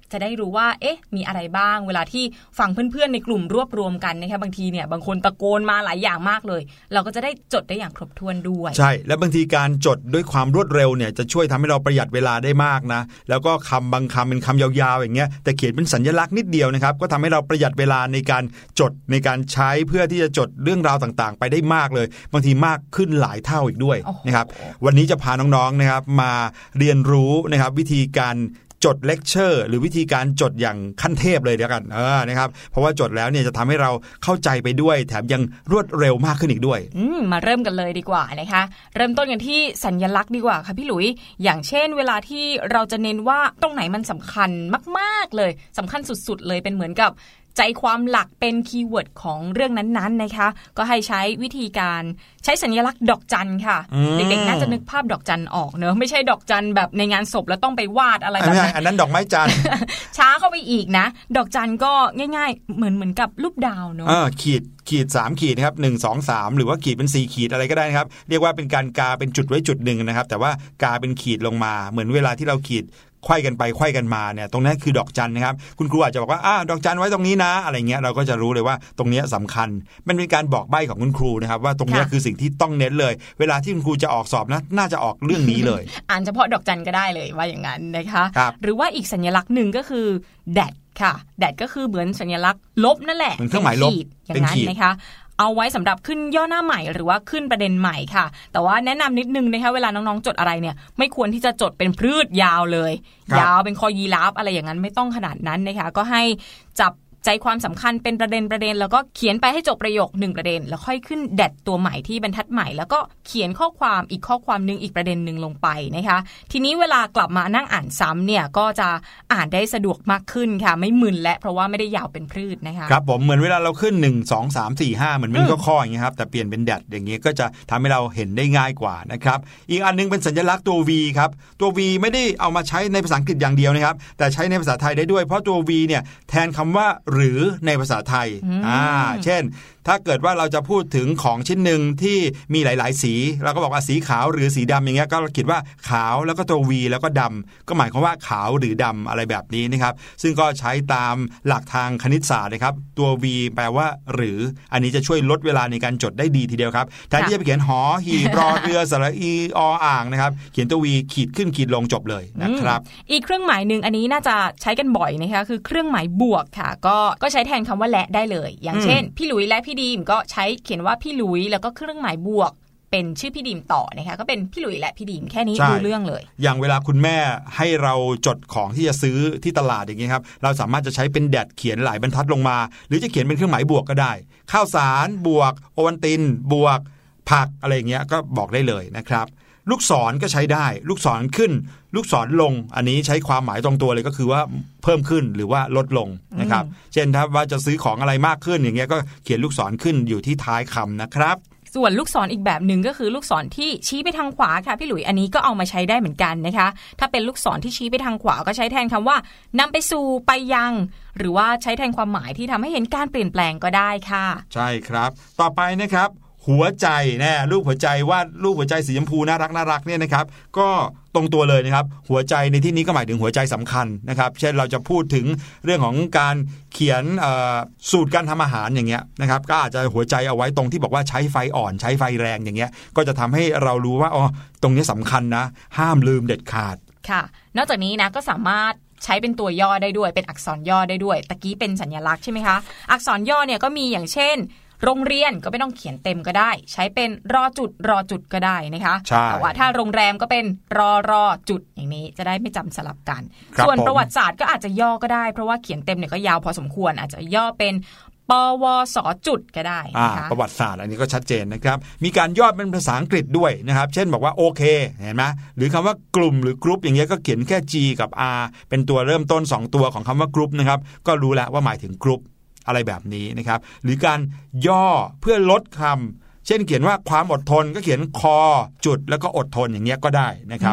จะได้รู้ว่าเอ๊ะมีอะไรบ้างเวลาที่ฟังเพื่อนๆในกลุ่มรวบรวมกันนะคะบางทีเนี่ยบางคนตะโกนมาหลายอย่างมากเลยเราก็จะได้จดได้อย่างครบถ้วนด้วยใช่และบางทีการจดด้วยความรวดเร็วเนี่ยจะช่วยทำให้เราประหยัดเวลาได้มากนะแล้วก็คำบางคำเป็นคำยาวๆอย่างเงี้ยแต่เขียนเป็นสัญลักษณ์นิดเดียวนะครับก็ทำให้เราประหยัดเวลาในการจดในการใช้เพื่อที่จะจดเรื่องราวต่างๆไปได้มากเลยบางทีมากขึ้นหลายเท่าอีกด้วยนะครับวันนี้จะพาน้องๆนะครับมาเรียนรู้นะครับวิธีการจดเลคเชอร์หรือวิธีการจดอย่างขั้นเทพเลยเดียวกันเออนะครับเพราะว่าจดแล้วเนี่ยจะทำให้เราเข้าใจไปด้วยแถมยังรวดเร็วมากขึ้นอีกด้วยอืมมาเริ่มกันเลยดีกว่านะคะเริ่มต้นกันที่สัญลักษณ์ดีกว่าค่ะพี่หลุยอย่างเช่นเวลาที่เราจะเน้นว่าตรงไหนมันสำคัญมากๆเลยสำคัญสุดๆเลยเป็นเหมือนกับใจความหลักเป็นคีย์เวิร์ดของเรื่องนั้นๆนะคะก็ให้ใช้วิธีการใช้สัญลักษณ์ดอกจันค่ะเด็กๆน่าจะนึกภาพดอกจันออกเนอะไม่ใช่ดอกจันแบบในงานศพแล้วต้องไปวาดอะไรแบบนั้นอันนั้นดอกไม้จันช้าเข้าไปอีกนะดอกจันก็ง่ายๆเหมือนเหมือนกับรูปดาวเนอะขีดขีดสามขีดนะครับหนึ่ง สอง สามหรือว่าขีดเป็นสี่ขีดอะไรก็ได้นะครับเรียกว่าเป็นการกาเป็นจุดไว้จุดหนึ่งนะครับแต่ว่ากาเป็นขีดลงมาเหมือนเวลาที่เราขีดไขว้กันไปไขว้กันมาเนี่ยตรงนั้นคือดอกจันนะครับคุณครูอาจจะบอกว่าอ้าดอกจันไว้ตรงนี้นะอะไรเงี้ยเราก็จะรู้เลยว่าตรงนี้สำคัญมันเป็นการบอกใบ้ของคุณครูนะครับว่าตรงนี้คือสิ่งที่ต้องเน้นเลยเวลาที่คุณครูจะออกสอบนะน่าจะออกเรื่องนี้เลยอ่านเฉพาะดอกจันก็ได้เลยว่าอย่างนั้นนะคะหรือว่าอีกสัญลักษณ์หนึ่งก็คือแดดค่ะแดดก็คือเหมือนสัญลักษณ์ลบนั่นแหละเป็นเครื่องหมายลบอย่างนั้นนะคะเอาไว้สำหรับขึ้นย่อหน้าใหม่หรือว่าขึ้นประเด็นใหม่ค่ะแต่ว่าแนะนำนิดนึงนะคะเวลาน้องๆจดอะไรเนี่ยไม่ควรที่จะจดเป็นพืชยาวเลยยาวเป็นคอยีราฟอะไรอย่างนั้นไม่ต้องขนาดนั้นนะคะก็ให้จับใจความสำคัญเป็นประเด็นประเด็นแล้วก็เขียนไปให้จบประโยคหนึ่งประเด็นแล้วค่อยขึ้นแดดตัวใหม่ที่บรรทัดใหม่แล้วก็เขียนข้อความอีกข้อความนึงอีกประเด็นนึงลงไปนะคะทีนี้เวลากลับมานั่งอ่านซ้ำเนี่ยก็จะอ่านได้สะดวกมากขึ้นค่ะไม่มึนและเพราะว่าไม่ได้ยาวเป็นพืชนะคะครับผมเหมือนเวลาเราขึ้นหนึ่ง สอง สาม สี่ ห้าเหมือนเป็นข้อๆอย่างเงี้ยครับแต่เปลี่ยนเป็นแดดอย่างเงี้ยก็จะทำให้เราเห็นได้ง่ายกว่านะครับอีกอันนึงเป็นสัญลักษณ์ตัว V ครับตัว V ไม่ได้เอามาใช้ในภาษาอังกฤษอย่างเดียวนะครับแต่ใช้ในภาษาไทยได้ด้วยเพราะตัว V เนี่ยแทนคำว่าหรือในภาษาไทยอ่าเช่นถ้าเกิดว่าเราจะพูดถึงของชิ้นหนึ่งที่มีหลายๆสีเราก็บอกว่าสีขาวหรือสีดำอย่างเงี้ยก็คิดว่าขาวแล้วก็ตัว V แล้วก็ดำก็หมายความว่าขาวหรือดำอะไรแบบนี้นะครับซึ่งก็ใช้ตามหลักทางคณิตศาสตร์นะครับตัว V แปลว่าหรืออันนี้จะช่วยลดเวลาในการจดได้ดีทีเดียวครับแทนที่จะไปเขียนหอหีบรอเรือสระอีออ่างนะครับเขียนตัว V ขีดขึ้นขีดลงจบเลยนะครับอีกเครื่องหมายนึงอันนี้น่าจะใช้กันบ่อยนะคะคือเครื่องหมายบวกค่ะก็ก็ใช้แทนคำว่าและได้เลยอย่างเช่นพี่หลุยและพี่ดีมก็ใช้เขียนว่าพี่หลุยแล้วก็เครื่องหมายบวกเป็นชื่อพี่ดีมต่อนะคะก็เป็นพี่หลุยและพี่ดีมแค่นี้ดูเรื่องเลยอย่างเวลาคุณแม่ให้เราจดของที่จะซื้อที่ตลาดอย่างเงี้ยครับเราสามารถจะใช้เป็นแดดเขียนหลายบรรทัดลงมาหรือจะเขียนเป็นเครื่องหมายบวกก็ได้ข้าวสารบวกโอวัลตินบวกผักอะไรอย่างเงี้ยก็บอกได้เลยนะครับลูกศรก็ใช้ได้ลูกศรขึ้นลูกศรลงอันนี้ใช้ความหมายตรงตัวเลยก็คือว่าเพิ่มขึ้นหรือว่าลดลงนะครับเช่นถ้าว่าจะซื้อของอะไรมากขึ้นอย่างเงี้ยก็เขียนลูกศรขึ้นอยู่ที่ท้ายคำนะครับส่วนลูกศร อ, อีกแบบหนึ่งก็คือลูกศรที่ชี้ไปทางขวาค่ะพี่หลุยอันนี้ก็เอามาใช้ได้เหมือนกันนะคะถ้าเป็นลูกศรที่ชี้ไปทางขวาก็ใช้แทนคำว่านำไปสู่ไปยังหรือว่าใช้แทนความหมายที่ทำให้เห็นการเปลี่ยนแปลงก็ได้ค่ะใช่ครับต่อไปนะครับหัวใจแน่รูปหัวใจวาดรูปหัวใจสีชมพูน่ารักน่ารักเนี่ยนะครับก็ตรงตัวเลยนะครับหัวใจในที่นี้ก็หมายถึงหัวใจสำคัญนะครับเช่นเราจะพูดถึงเรื่องของการเขียนสูตรการทำอาหารอย่างเงี้ยนะครับก็อาจจะหัวใจเอาไว้ตรงที่บอกว่าใช้ไฟอ่อนใช้ไฟแรงอย่างเงี้ยก็จะทำให้เรารู้ว่าอ๋อตรงนี้สำคัญนะห้ามลืมเด็ดขาดค่ะนอกจากนี้นะก็สามารถใช้เป็นตัวย่อได้ด้วยเป็นอักษรย่อได้ด้วยตะกี้เป็นสัญลักษณ์ใช่ไหมคะอักษรย่อเนี่ยก็มีอย่างเช่นโรงเรียนก็ไม่ต้องเขียนเต็มก็ได้ใช้เป็นรอจุดรอจุดก็ได้นะคะแต่ว่าถ้าโรงแรมก็เป็นรอรอจุดอย่างนี้จะได้ไม่จำสลับกันส่วนประวัติศาสตร์ก็อาจจะย่อก็ได้เพราะว่าเขียนเต็มเนี่ยก็ยาวพอสมควรอาจจะย่อเป็นปวสจุดก็ได้นะคะประวัติศาสตร์อันนี้ก็ชัดเจนนะครับมีการย่อเป็นภาษาอังกฤษด้วยนะครับเช่นบอกว่าโอเคเห็นไหมหรือคำว่ากลุ่มหรือกรุ๊ปอย่างเงี้ยก็เขียนแค่ G กับ R เป็นตัวเริ่มต้นสองตัวของคำว่ากรุ๊ปนะครับก็รู้แล้วว่าหมายถึงกรุ๊ปอะไรแบบนี้นะครับหรือการย่อเพื่อลดคำเช่นเขียนว่าความอดทนก็เขียนคอจุดแล้วก็อดทนอย่างเงี้ยก็ได้นะครับ พ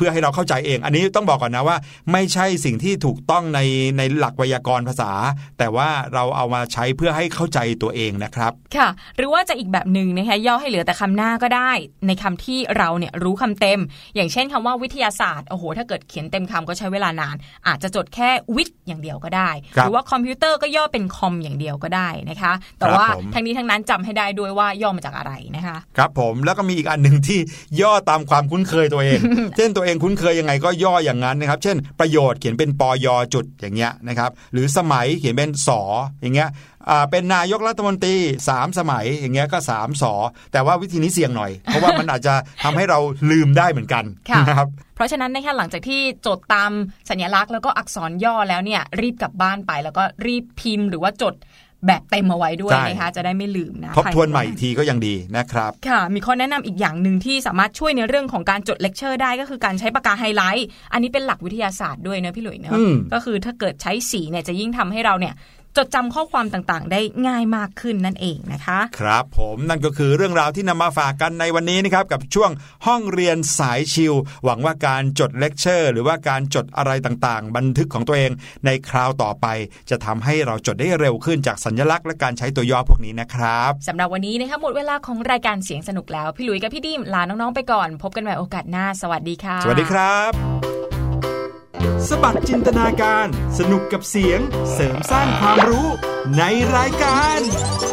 พื่อให้เราเข้าใจเองอันนี้ต้องบอกก่อนนะว่าไม่ใช่สิ่งที่ถูกต้องในในหลักไวยากรณ์ภาษาแต่ว่าเราเอามาใช้เพื่อให้เข้าใจตัวเองนะครับค่ะหรือว่าจะอีกแบบนึงนะคะย่อให้เหลือแต่คำหน้าก็ได้ในคำที่เราเนี่ยรู้คำเต็มอย่างเช่นคำว่าวิทยาศาสตร์โอ้โหถ้าเกิดเขียนเต็มคำก็ใช้เวลานานอาจจะจดแค่วิทย์อย่างเดียวก็ได้หรือว่าคอมพิวเตอร์ก็ย่อเป็นคอมอย่างเดียวก็ได้นะคะแต่ว่าทั้งนี้ทั้งนั้นจำให้ได้ด้วยว่าย่อมาจากอะไรนะคะครับผมแล้วก็มีอีกอันนึงที่ย่อตามความคุ้นเคยตัวเอง เช่นตัวเองคุ้นเคยยังไงก็ย่ออย่างนั้นนะครับเช่นประโยชน์เขียนเป็นปยจุดอย่างเงี้ยนะครับหรือสมัยเขียนเป็นสอย่างเงี้ยอ่าเป็นนายกรัฐมนตรีสามสมัยอย่างเงี้ยก็สามสแต่ว่าวิธีนี้เสี่ยงหน่อย เพราะว่ามันอาจจะทำให้เราลืมได้เหมือนกันนะครับเพราะฉะนั้นนะคะหลังจากที่จดตามสัญลักษณ์แล้วก็อักษรย่อแล้วเนี่ยรีบกลับบ้านไปแล้วก็รีบพิมพ์หรือว่าจดแบบเต็มเอาไว้ด้วยนะคะจะได้ไม่ลืมนะทบทวนใหม่อีกทีก็ยังดีนะครับค่ะมีข้อแนะนำอีกอย่างนึงที่สามารถช่วยในเรื่องของการจดเลคเชอร์ได้ก็คือการใช้ปากกาไฮไลท์อันนี้เป็นหลักวิทยาศาสตร์ด้วยนะพี่หลุยเนาะก็คือถ้าเกิดใช้สีเนี่ยจะยิ่งทำให้เราเนี่ยจดจำข้อความต่างๆได้ง่ายมากขึ้นนั่นเองนะคะครับผมนั่นก็คือเรื่องราวที่นำมาฝากกันในวันนี้นะครับกับช่วงห้องเรียนสายชิลหวังว่าการจดเลคเชอร์หรือว่าการจดอะไรต่างๆบันทึกของตัวเองในคราวต่อไปจะทำให้เราจดได้เร็วขึ้นจากสัญลักษณ์และการใช้ตัวย่อพวกนี้นะครับสำหรับวันนี้นะคะหมดเวลาของรายการเสียงสนุกแล้วพี่หลุยส์กับพี่ดิมลาน้องๆไปก่อนพบกันใหม่โอกาสหน้าสวัสดีค่ะสวัสดีครับสบัดจินตนาการสนุกกับเสียงเสริมสร้างความรู้ในรายการ